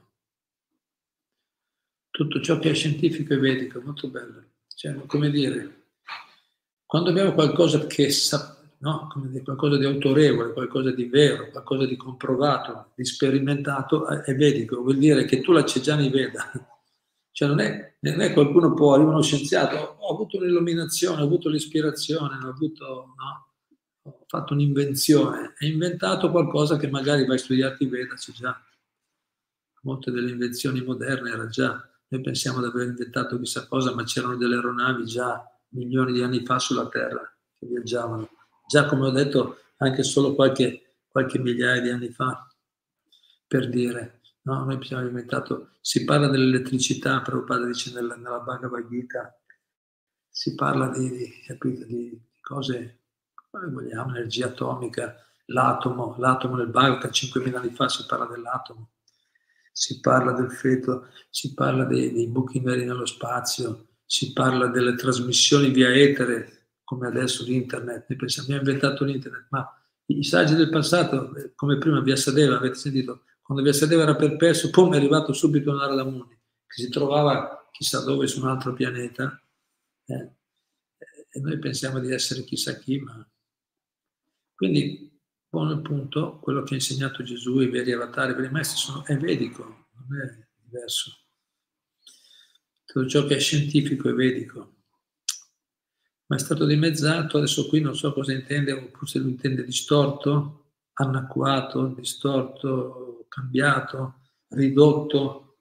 Tutto ciò che è scientifico è vedico, molto bello. Cioè, come dire, quando abbiamo qualcosa che sa, no? Come dire, qualcosa di autorevole, qualcosa di vero, qualcosa di comprovato, di sperimentato, è vedico, vuol dire che tu la c'è già nei Veda. Cioè non è, non è qualcuno può, arriva uno scienziato, ho avuto un'illuminazione, ho avuto l'ispirazione, ho, avuto, no? Ho fatto un'invenzione, è inventato qualcosa che magari vai a studiarti i Veda, c'è già. Molte delle invenzioni moderne era già, noi pensiamo di aver inventato chissà cosa, ma c'erano delle aeronavi già milioni di anni fa sulla Terra che viaggiavano. Già, come ho detto, anche solo qualche, qualche migliaia di anni fa, per dire. No, noi abbiamo inventato, si parla dell'elettricità, Prabhupada dice nella, nella Bhagavad Gita, si parla di, di, di, di cose, come vogliamo, energia atomica, l'atomo, l'atomo nel Bhagavad, cinquemila anni fa si parla dell'atomo, si parla del feto, si parla dei, dei buchi neri nello spazio, si parla delle trasmissioni via etere, come adesso l'internet, noi pensiamo, abbiamo inventato l'internet, ma i saggi del passato, come prima Vyasadeva, avete sentito, quando Vyasadeva era perplesso, poi è arrivato subito Narada Muni, che si trovava chissà dove su un altro pianeta, eh? E noi pensiamo di essere chissà chi, ma... Quindi, buon punto, quello che ha insegnato Gesù, i veri avatari, i veri maestri, sono, è vedico, non è diverso. Tutto ciò che è scientifico è vedico. Ma è stato dimezzato, adesso qui non so cosa intende, oppure se lui intende distorto, anacquato, distorto, cambiato, ridotto.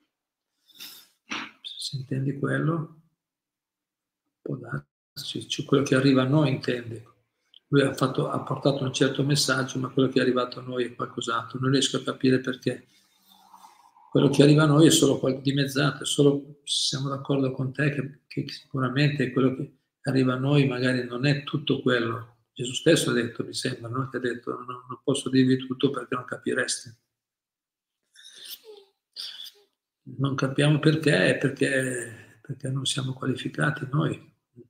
Se intendi quello, può darsi, cioè, quello che arriva a noi intende. Lui ha, fatto, ha portato un certo messaggio, ma quello che è arrivato a noi è qualcos'altro. Non riesco a capire perché. Quello che arriva a noi è solo dimezzato, è solo, siamo d'accordo con te che, che sicuramente quello che arriva a noi magari non è tutto quello. Gesù stesso ha detto, mi sembra, no? Che ha detto non, non posso dirvi tutto perché non capireste. Non capiamo perché, perché, perché non siamo qualificati noi.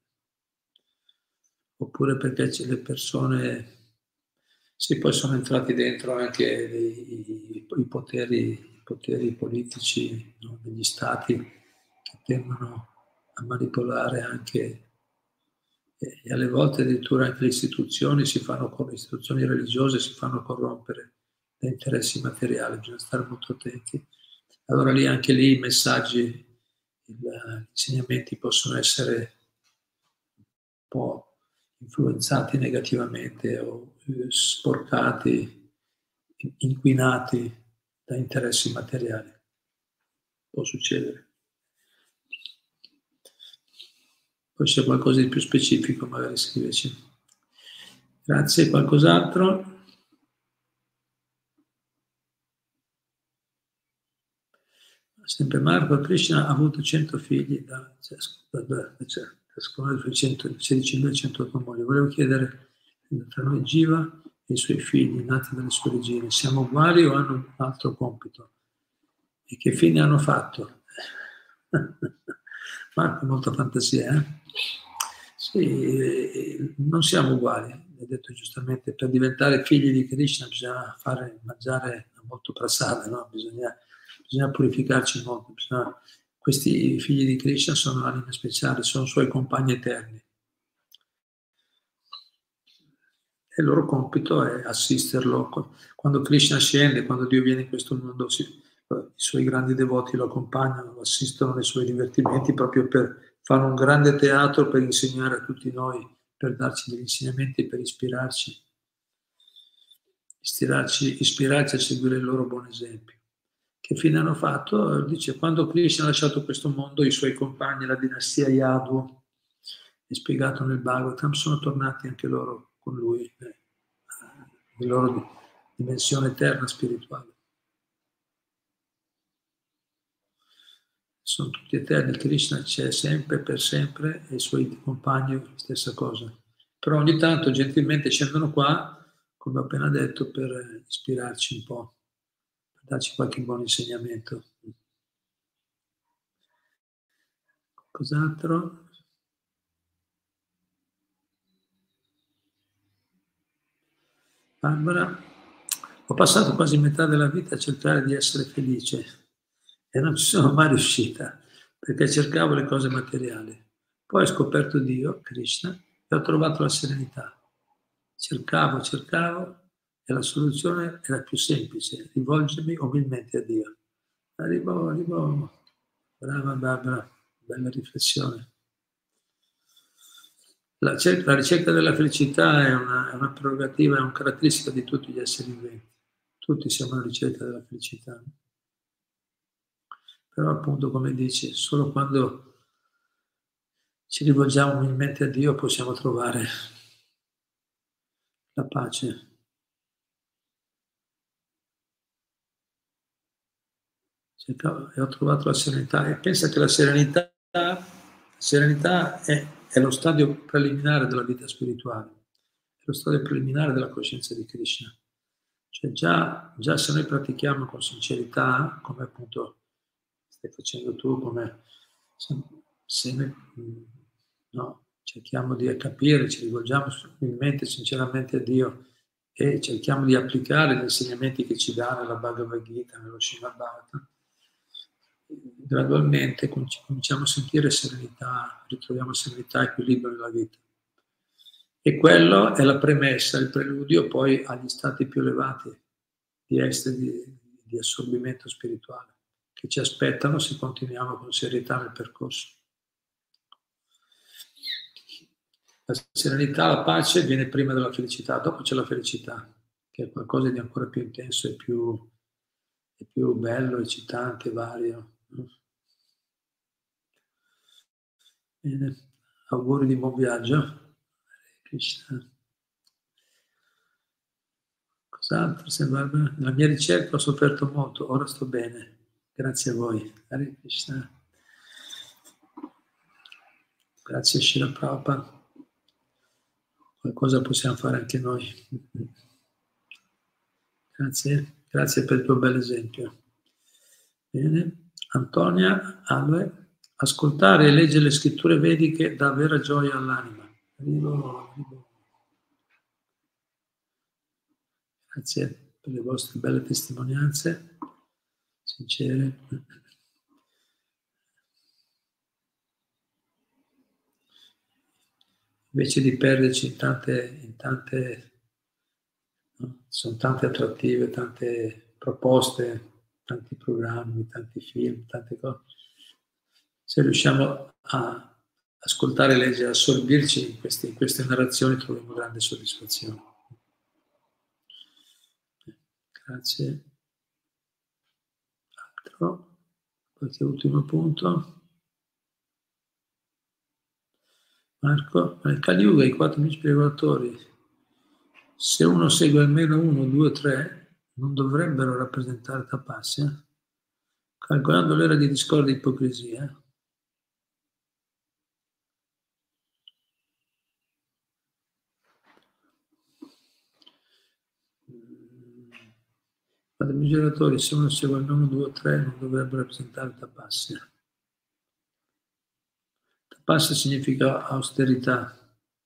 Oppure perché c'è le persone, sì, poi sono entrati dentro anche i, i, i, poteri, i poteri politici, no, degli stati che tendono a manipolare anche e alle volte addirittura anche le istituzioni si fanno, le istituzioni religiose si fanno corrompere da interessi materiali, bisogna stare molto attenti. Allora lì anche lì i messaggi, gli insegnamenti possono essere un po' influenzati negativamente o sporcati, inquinati da interessi materiali. Può succedere. Poi c'è qualcosa di più specifico, magari scriveci. Grazie, qualcos'altro? Sempre Marco, Krishna ha avuto cento figli da ciascuno dei suoi sedicimilacentootto mogli. Volevo chiedere tra noi Jiva e i suoi figli nati dalle sue regine, siamo uguali o hanno un altro compito? E che fine hanno fatto? Marco, molta fantasia, eh? Sì, non siamo uguali, hai detto giustamente, per diventare figli di Krishna bisogna fare, mangiare molto prasada, no? Bisogna, bisogna purificarci molto. Bisogna... Questi figli di Krishna sono anime speciali, sono suoi compagni eterni. E il loro compito è assisterlo. Quando Krishna scende, quando Dio viene in questo mondo, si, i suoi grandi devoti lo accompagnano, lo assistono nei suoi divertimenti proprio per fare un grande teatro, per insegnare a tutti noi, per darci degli insegnamenti, per ispirarci, ispirarci, ispirarci a seguire il loro buon esempio. Che fine hanno fatto? Dice, quando Krishna ha lasciato questo mondo, i suoi compagni, la dinastia Yadu, è spiegato nel Bhagavatam, sono tornati anche loro con lui, eh, nella loro dimensione eterna spirituale. Sono tutti eterni, Krishna c'è sempre, per sempre, e i suoi compagni stessa cosa. Però ogni tanto gentilmente scendono qua, come ho appena detto, per ispirarci un po', per darci qualche buon insegnamento. Cos'altro? Barbara, ho passato quasi metà della vita a cercare di essere felice e non ci sono mai riuscita perché cercavo le cose materiali. Poi ho scoperto Dio, Krishna, e ho trovato la serenità. Cercavo, cercavo e la soluzione era più semplice, rivolgermi umilmente a Dio. Arrivo, arrivo. Brava Barbara, bella riflessione. La, la ricerca della felicità è una, è una prerogativa, è una caratteristica di tutti gli esseri viventi. Tutti siamo alla ricerca della felicità. Però appunto, come dici, solo quando ci rivolgiamo umilmente a Dio possiamo trovare la pace. E ho trovato la serenità. E pensa che la serenità, la serenità è, è lo stadio preliminare della vita spirituale, è lo stadio preliminare della coscienza di Krishna. Cioè già, già se noi pratichiamo con sincerità, come appunto stai facendo tu, come se, se noi no, cerchiamo di capire, ci rivolgiamo umilmente, sinceramente a Dio e cerchiamo di applicare gli insegnamenti che ci dà nella Bhagavad Gita, nello Srimad Bhagavatam, gradualmente cominciamo a sentire serenità, ritroviamo serenità e equilibrio nella vita. E quello è la premessa, il preludio poi agli stati più elevati di estasi, di, di assorbimento spirituale, che ci aspettano se continuiamo con serietà nel percorso. La serenità, la pace viene prima della felicità, dopo c'è la felicità, che è qualcosa di ancora più intenso e più, e più bello, eccitante, vario. Bene, auguri di buon viaggio. Krishna. Cos'altro? Nella mia ricerca ho sofferto molto, ora sto bene. Grazie a voi. Hare Krishna. Grazie a Srila Prabhupada. Qualcosa possiamo fare anche noi. Grazie, grazie per il tuo bel esempio. Bene. Antonia, Alve. Ascoltare e leggere le scritture vediche dà vera gioia all'anima. Arrivo, arrivo. Grazie per le vostre belle testimonianze, sincere. invece di perderci in tante, in tante no? Sono tante attrattive, tante proposte, tanti programmi, tanti film, tante cose. Se riusciamo a ascoltare, leggere, assorbirci in queste, in queste narrazioni, troviamo grande soddisfazione. Grazie. Altro? Qualche ultimo punto? Marco? Nel Kali Yuga i quattro principi regolatori, se uno segue almeno uno, due o tre, non dovrebbero rappresentare tapasya, calcolando l'era di discordia e ipocrisia. Ma dei misuratori, se uno segue almeno due o tre, non dovrebbero rappresentare tapasya. Tapasya significa austerità.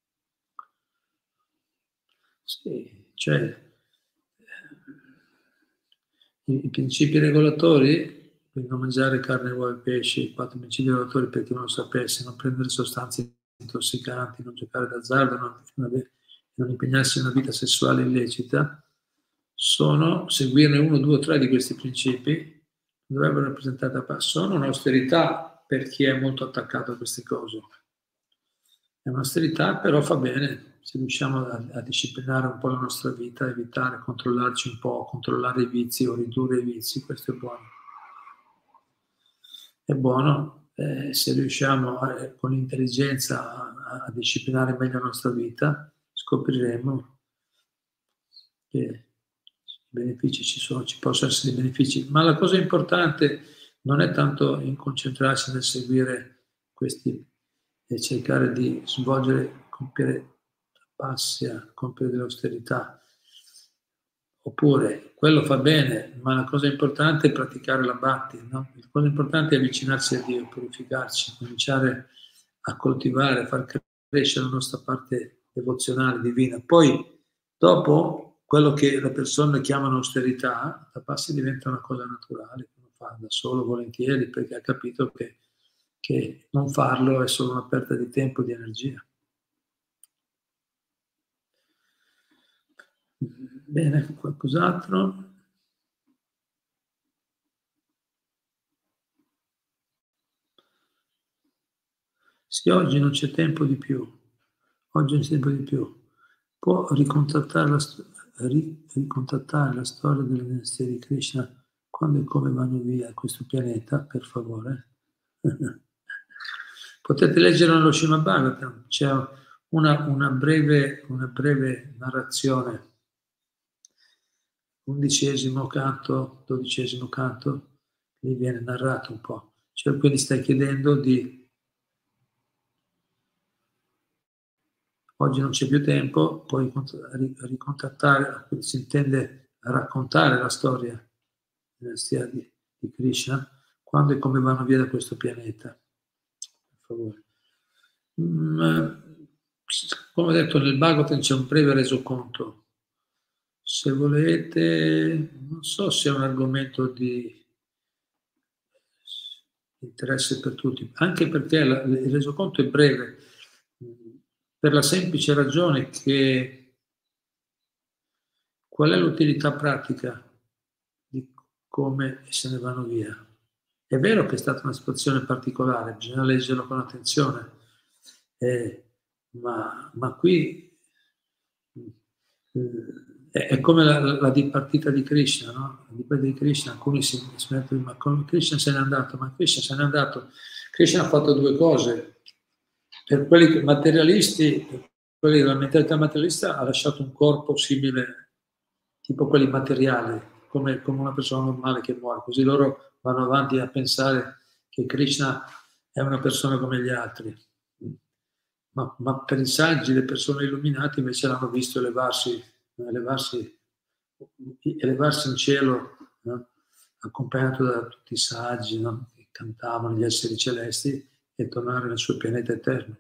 Sì, cioè i, i principi regolatori, quindi non mangiare carne, uova e pesce, i quattro principi regolatori per chi non lo sapesse, non prendere sostanze intossicanti, non giocare d'azzardo, non, non impegnarsi in una vita sessuale illecita, sono, seguirne uno, due o tre di questi principi, dovrebbero rappresentare tapasya. Sono un'austerità per chi è molto attaccato a queste cose. È un'austerità, però fa bene, se riusciamo a, a disciplinare un po' la nostra vita, evitare, controllarci un po', controllare i vizi o ridurre i vizi, questo è buono. È buono eh, se riusciamo a, con l'intelligenza a, a disciplinare meglio la nostra vita, scopriremo che i benefici ci sono, ci possono essere dei benefici, ma la cosa importante non è tanto in concentrarsi nel seguire questi e cercare di svolgere, compiere tapasya, compiere dell'austerità. Oppure, quello fa bene, ma la cosa importante è praticare la bhakti, no? La cosa importante è avvicinarsi a Dio, purificarci, cominciare a coltivare, a far crescere la nostra parte devozionale, divina. Poi, dopo, quello che le persone chiamano austerità, tapasya diventa una cosa naturale, che uno fa da solo, volentieri, perché ha capito che che non farlo è solo una perdita di tempo e di energia. Bene, qualcos'altro? Sì, oggi non c'è tempo di più, oggi non c'è tempo di più. Può ricontattare la, ricontattare la storia delle dinastie di Krishna quando e come vanno via da questo pianeta, per favore? Potete leggere nello Srimad Bhagavatam, c'è una, una, breve, una breve narrazione, undicesimo canto, dodicesimo canto, lì viene narrato un po'. Cioè, quindi stai chiedendo di... Oggi non c'è più tempo, puoi ricontattare, quindi si intende raccontare la storia della dinastia di, di Krishna, quando e come vanno via da questo pianeta. Per favore. Mm, come ho detto, nel Bhagavatam c'è un breve resoconto. Se volete, non so se è un argomento di interesse per tutti, anche perché la, il resoconto è breve, per la semplice ragione che qual è l'utilità pratica di come se ne vanno via. È vero che è stata una situazione particolare, bisogna leggerlo con attenzione, eh, ma, ma qui eh, è come la, la, la dipartita di Krishna, no? La dipartita di Krishna, alcuni si, si mettono, ma come Krishna se n'è andato, ma Krishna se n'è andato. Krishna ha fatto due cose. Per quelli materialisti, per quelli della mentalità materialista, ha lasciato un corpo simile, tipo quelli materiali, come, come una persona normale che muore. Così loro vanno avanti a pensare che Krishna è una persona come gli altri. Ma, ma per i saggi, le persone illuminate invece l'hanno visto elevarsi, elevarsi, elevarsi in cielo, no? Accompagnato da tutti i saggi, no? Che cantavano gli esseri celesti, e tornare nel suo pianeta eterno.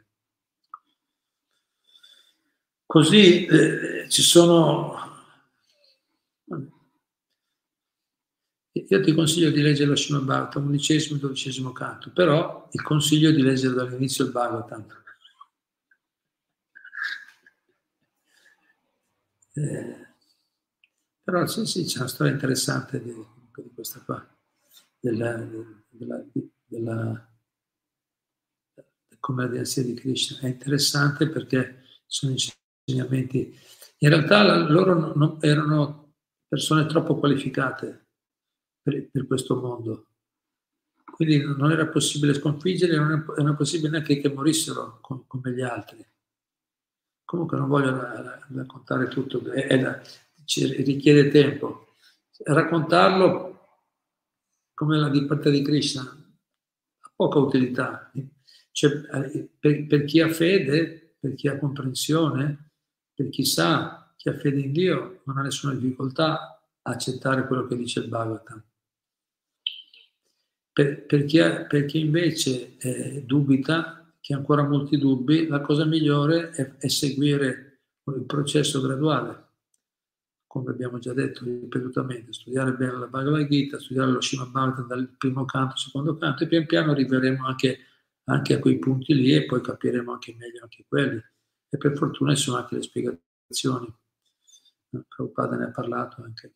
Così eh, ci sono... Io ti consiglio di leggere lo Srimad Bhagavatam, undicesimo e dodicesimo canto, però ti consiglio di leggere dall'inizio il Bhagavatam. Eh, però sì, sì, c'è una storia interessante di, di questa qua, della, della, della, come la dinastia di Krishna. È interessante perché sono insegnamenti. In realtà loro non, erano persone troppo qualificate per, per questo mondo. Quindi non era possibile sconfiggerli, non era possibile neanche che morissero come gli altri. Comunque non voglio raccontare tutto, è, è da, ci richiede tempo. Raccontarlo come la dipartita di Krishna ha poca utilità. Cioè, per, per chi ha fede, per chi ha comprensione, per chi sa, chi ha fede in Dio, non ha nessuna difficoltà a accettare quello che dice il Bhagavatam. Per, per, chi, ha, per chi invece eh, dubita, che ha ancora molti dubbi, la cosa migliore è, è seguire il processo graduale, come abbiamo già detto ripetutamente, studiare bene la Bhagavad Gita, studiare lo Srimad Bhagavatam dal primo canto al secondo canto, e pian piano arriveremo anche, anche a quei punti lì e poi capiremo anche meglio anche quelli. E per fortuna ci sono anche le spiegazioni. Prabhupada ne ha parlato anche.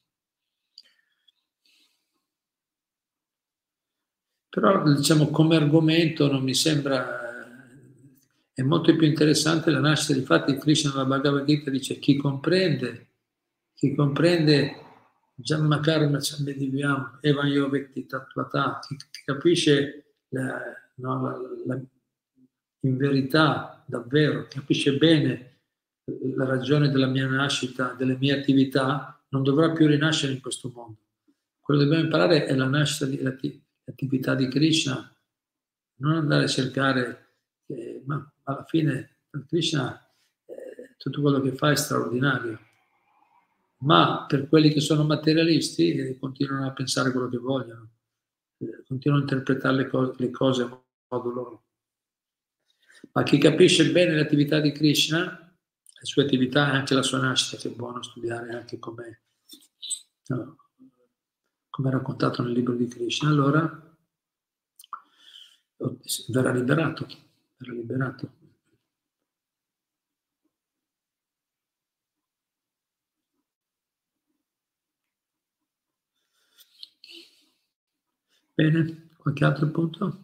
Però diciamo come argomento non mi sembra, è molto più interessante la nascita. Infatti Krishna nella Bhagavad Gita dice chi comprende, chi comprende Jammakarma Chamedivyam Evan Yovekti Tattvata, chi capisce la, no, la, la, in verità davvero, capisce bene la ragione della mia nascita, delle mie attività, non dovrà più rinascere in questo mondo. Quello che dobbiamo imparare è la nascita di l'attività di Krishna, non andare a cercare, eh, ma alla fine Krishna, eh, tutto quello che fa è straordinario, ma per quelli che sono materialisti eh, continuano a pensare quello che vogliono, eh, continuano a interpretare le, co- le cose a modo loro. Ma chi capisce bene l'attività di Krishna, le sue attività e anche la sua nascita, che è buono studiare anche come, no, come raccontato nel libro di Krishna, allora verrà liberato, verrà liberato. Bene, qualche altro punto?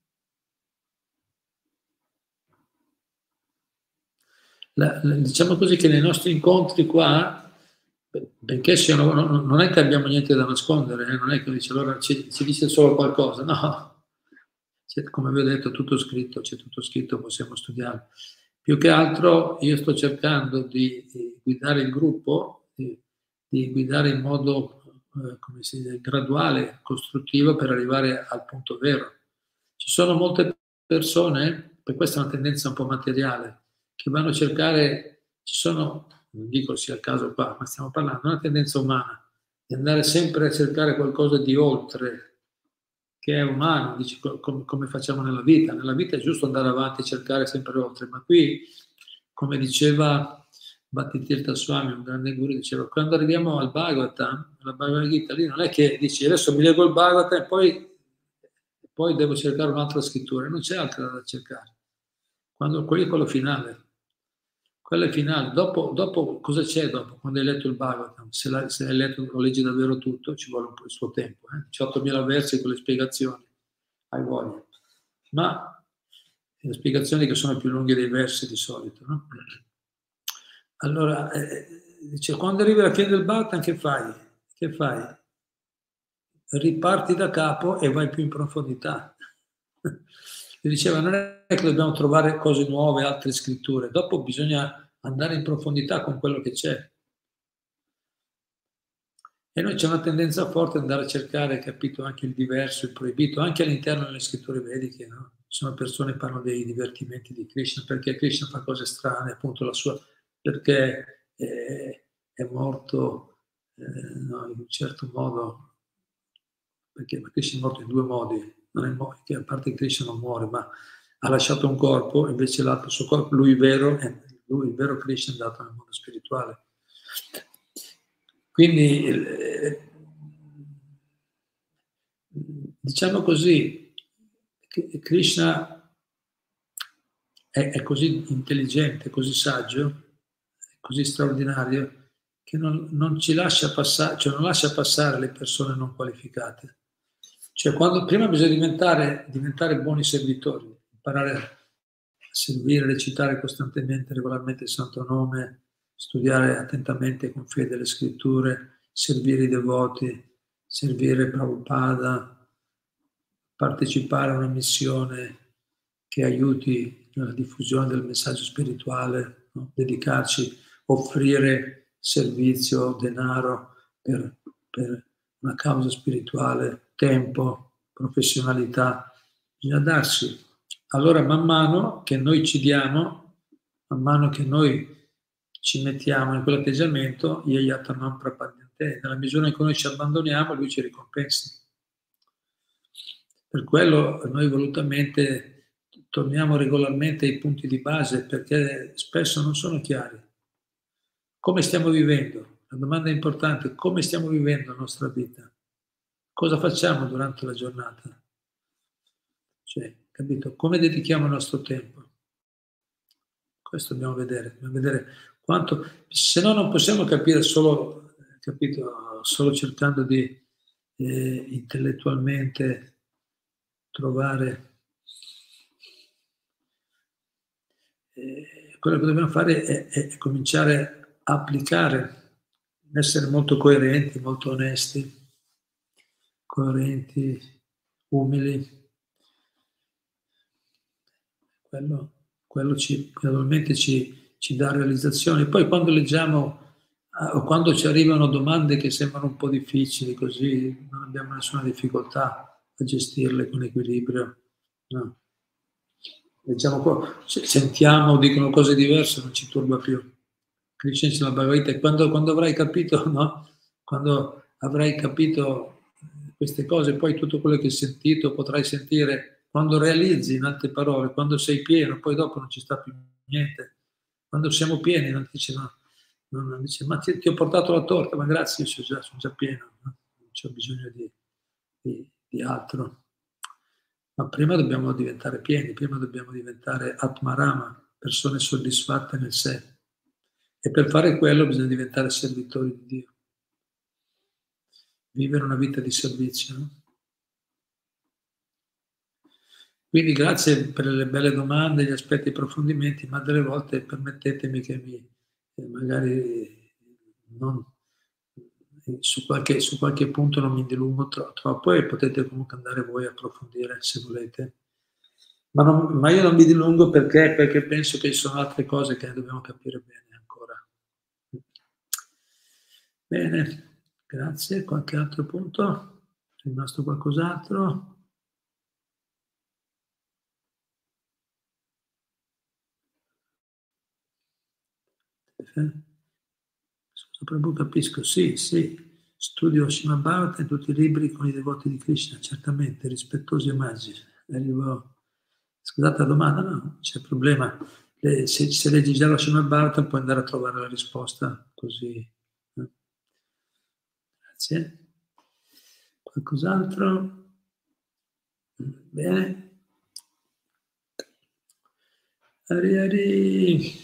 La, la, diciamo così che nei nostri incontri qua, benché siano, non, non è che abbiamo niente da nascondere, eh, non è che dice allora ci, ci dice solo qualcosa, no, c'è, come vi ho detto, tutto scritto, c'è tutto scritto, possiamo studiarlo. Più che altro io sto cercando di, di guidare il gruppo, di, di guidare in modo eh, come si dice, graduale, costruttivo per arrivare al punto vero. Ci sono molte persone, per questa è una tendenza un po' materiale, che vanno a cercare, ci sono, non dico sia il caso qua, ma stiamo parlando di una tendenza umana, di andare sempre a cercare qualcosa di oltre, che è umano, dici, come, come facciamo nella vita. Nella vita è giusto andare avanti e cercare sempre oltre, ma qui, come diceva Bhattitirtha Swami, un grande guru, diceva, quando arriviamo al Bhagavatam, alla Bhagavad Gita, lì non è che dici adesso mi leggo il Bhagavatam e poi, poi devo cercare un'altra scrittura, non c'è altra da cercare. Quando, quello è quello finale. Quello è finale. Dopo, dopo cosa c'è dopo? Quando hai letto il Bhagavatam, se, la, se hai letto, lo leggi davvero tutto, ci vuole un po' il suo tempo. Eh? diciottomila versi con le spiegazioni, hai voglia. Ma le spiegazioni che sono più lunghe dei versi di solito. No? Allora, eh, dice, quando arrivi alla fine del Bhagavatam, che fai? Che fai? Riparti da capo e vai più in profondità. Mi diceva, non è che dobbiamo trovare cose nuove, altre scritture, dopo bisogna andare in profondità con quello che c'è. E noi c'è una tendenza forte ad andare a cercare, capito, anche il diverso, il proibito, anche all'interno delle scritture vediche, no? Sono persone che parlano dei divertimenti di Krishna, perché Krishna fa cose strane, appunto la sua, perché è, è morto eh, no, in un certo modo, perché Krishna è morto in due modi, non è morto, che a parte Krishna non muore, ma ha lasciato un corpo, invece l'altro suo corpo, lui vero, lui il vero Krishna è andato nel mondo spirituale. Quindi eh, diciamo così, Krishna è, è così intelligente, così saggio, così straordinario che non, non ci lascia passare, cioè non lascia passare le persone non qualificate. Cioè quando, prima bisogna diventare, diventare buoni servitori, imparare a servire, recitare costantemente, regolarmente il Santo Nome, studiare attentamente con fede le scritture, servire i devoti, servire Prabhupada, partecipare a una missione che aiuti nella diffusione del messaggio spirituale, no? Dedicarci, offrire servizio, denaro per, per una causa spirituale, tempo, professionalità, bisogna darsi. Allora man mano che noi ci diamo, man mano che noi ci mettiamo in quell'atteggiamento, yayatamam prapadyante, nella misura in cui noi ci abbandoniamo, lui ci ricompensa. Per quello noi volutamente torniamo regolarmente ai punti di base, perché spesso non sono chiari. Come stiamo vivendo? La domanda è importante: come stiamo vivendo la nostra vita? Cosa facciamo durante la giornata? Cioè, capito? Come dedichiamo il nostro tempo? Questo dobbiamo vedere, dobbiamo vedere quanto, se no non possiamo capire solo, capito, solo cercando di eh, intellettualmente trovare. Eh, quello che dobbiamo fare è, è cominciare a applicare, essere molto coerenti, molto onesti, coerenti, umili. Quello, quello ci, probabilmente ci, ci dà realizzazione. Poi quando leggiamo uh, o quando ci arrivano domande che sembrano un po' difficili, così non abbiamo nessuna difficoltà a gestirle con equilibrio. No. Leggiamo qua, sentiamo, dicono cose diverse, non ci turba più. Krishna dice la Bhagavad Gita, quando, quando avrai capito, no? Quando avrai capito queste cose, poi tutto quello che hai sentito potrai sentire, quando realizzi, in altre parole, quando sei pieno, poi dopo non ci sta più niente. Quando siamo pieni, non dice, no, non, non dice ma ti, ti ho portato la torta, ma grazie, io sono già, sono già pieno, no? Non c'ho bisogno di, di, di altro. Ma prima dobbiamo diventare pieni, prima dobbiamo diventare Atmarama, persone soddisfatte nel sé. E per fare quello bisogna diventare servitori di Dio. Vivere una vita di servizio. No? Quindi grazie per le belle domande, gli aspetti e approfondimenti, ma delle volte permettetemi che mi eh, magari non, su, qualche, su qualche punto non mi dilungo tro, troppo e potete comunque andare voi a approfondire se volete. Ma, non, ma io non mi dilungo perché, perché penso che ci sono altre cose che dobbiamo capire bene ancora. Bene, grazie. Qualche altro punto? È rimasto qualcos'altro? Scusa, Prabhu, capisco. Sì, sì. Studio Srimad Bhagavatam e tutti i libri con i devoti di Krishna, certamente, rispettosi e maggi. Arrivo... Scusate la domanda, no, non c'è problema. Le, se, se leggi già lo Srimad Bhagavatam puoi andare a trovare la risposta, così. Eh. Grazie. Qualcos'altro? Bene. Ari, ari.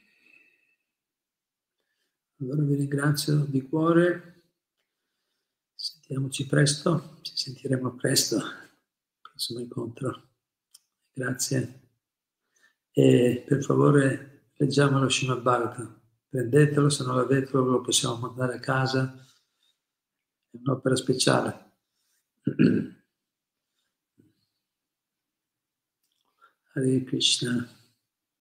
Allora vi ringrazio di cuore. Sentiamoci presto, ci sentiremo presto al prossimo incontro. Grazie. E per favore leggiamo lo Srimad Bhagavatam. Prendetelo, se non l'avete lo possiamo mandare a casa. È un'opera speciale. Hare Krishna.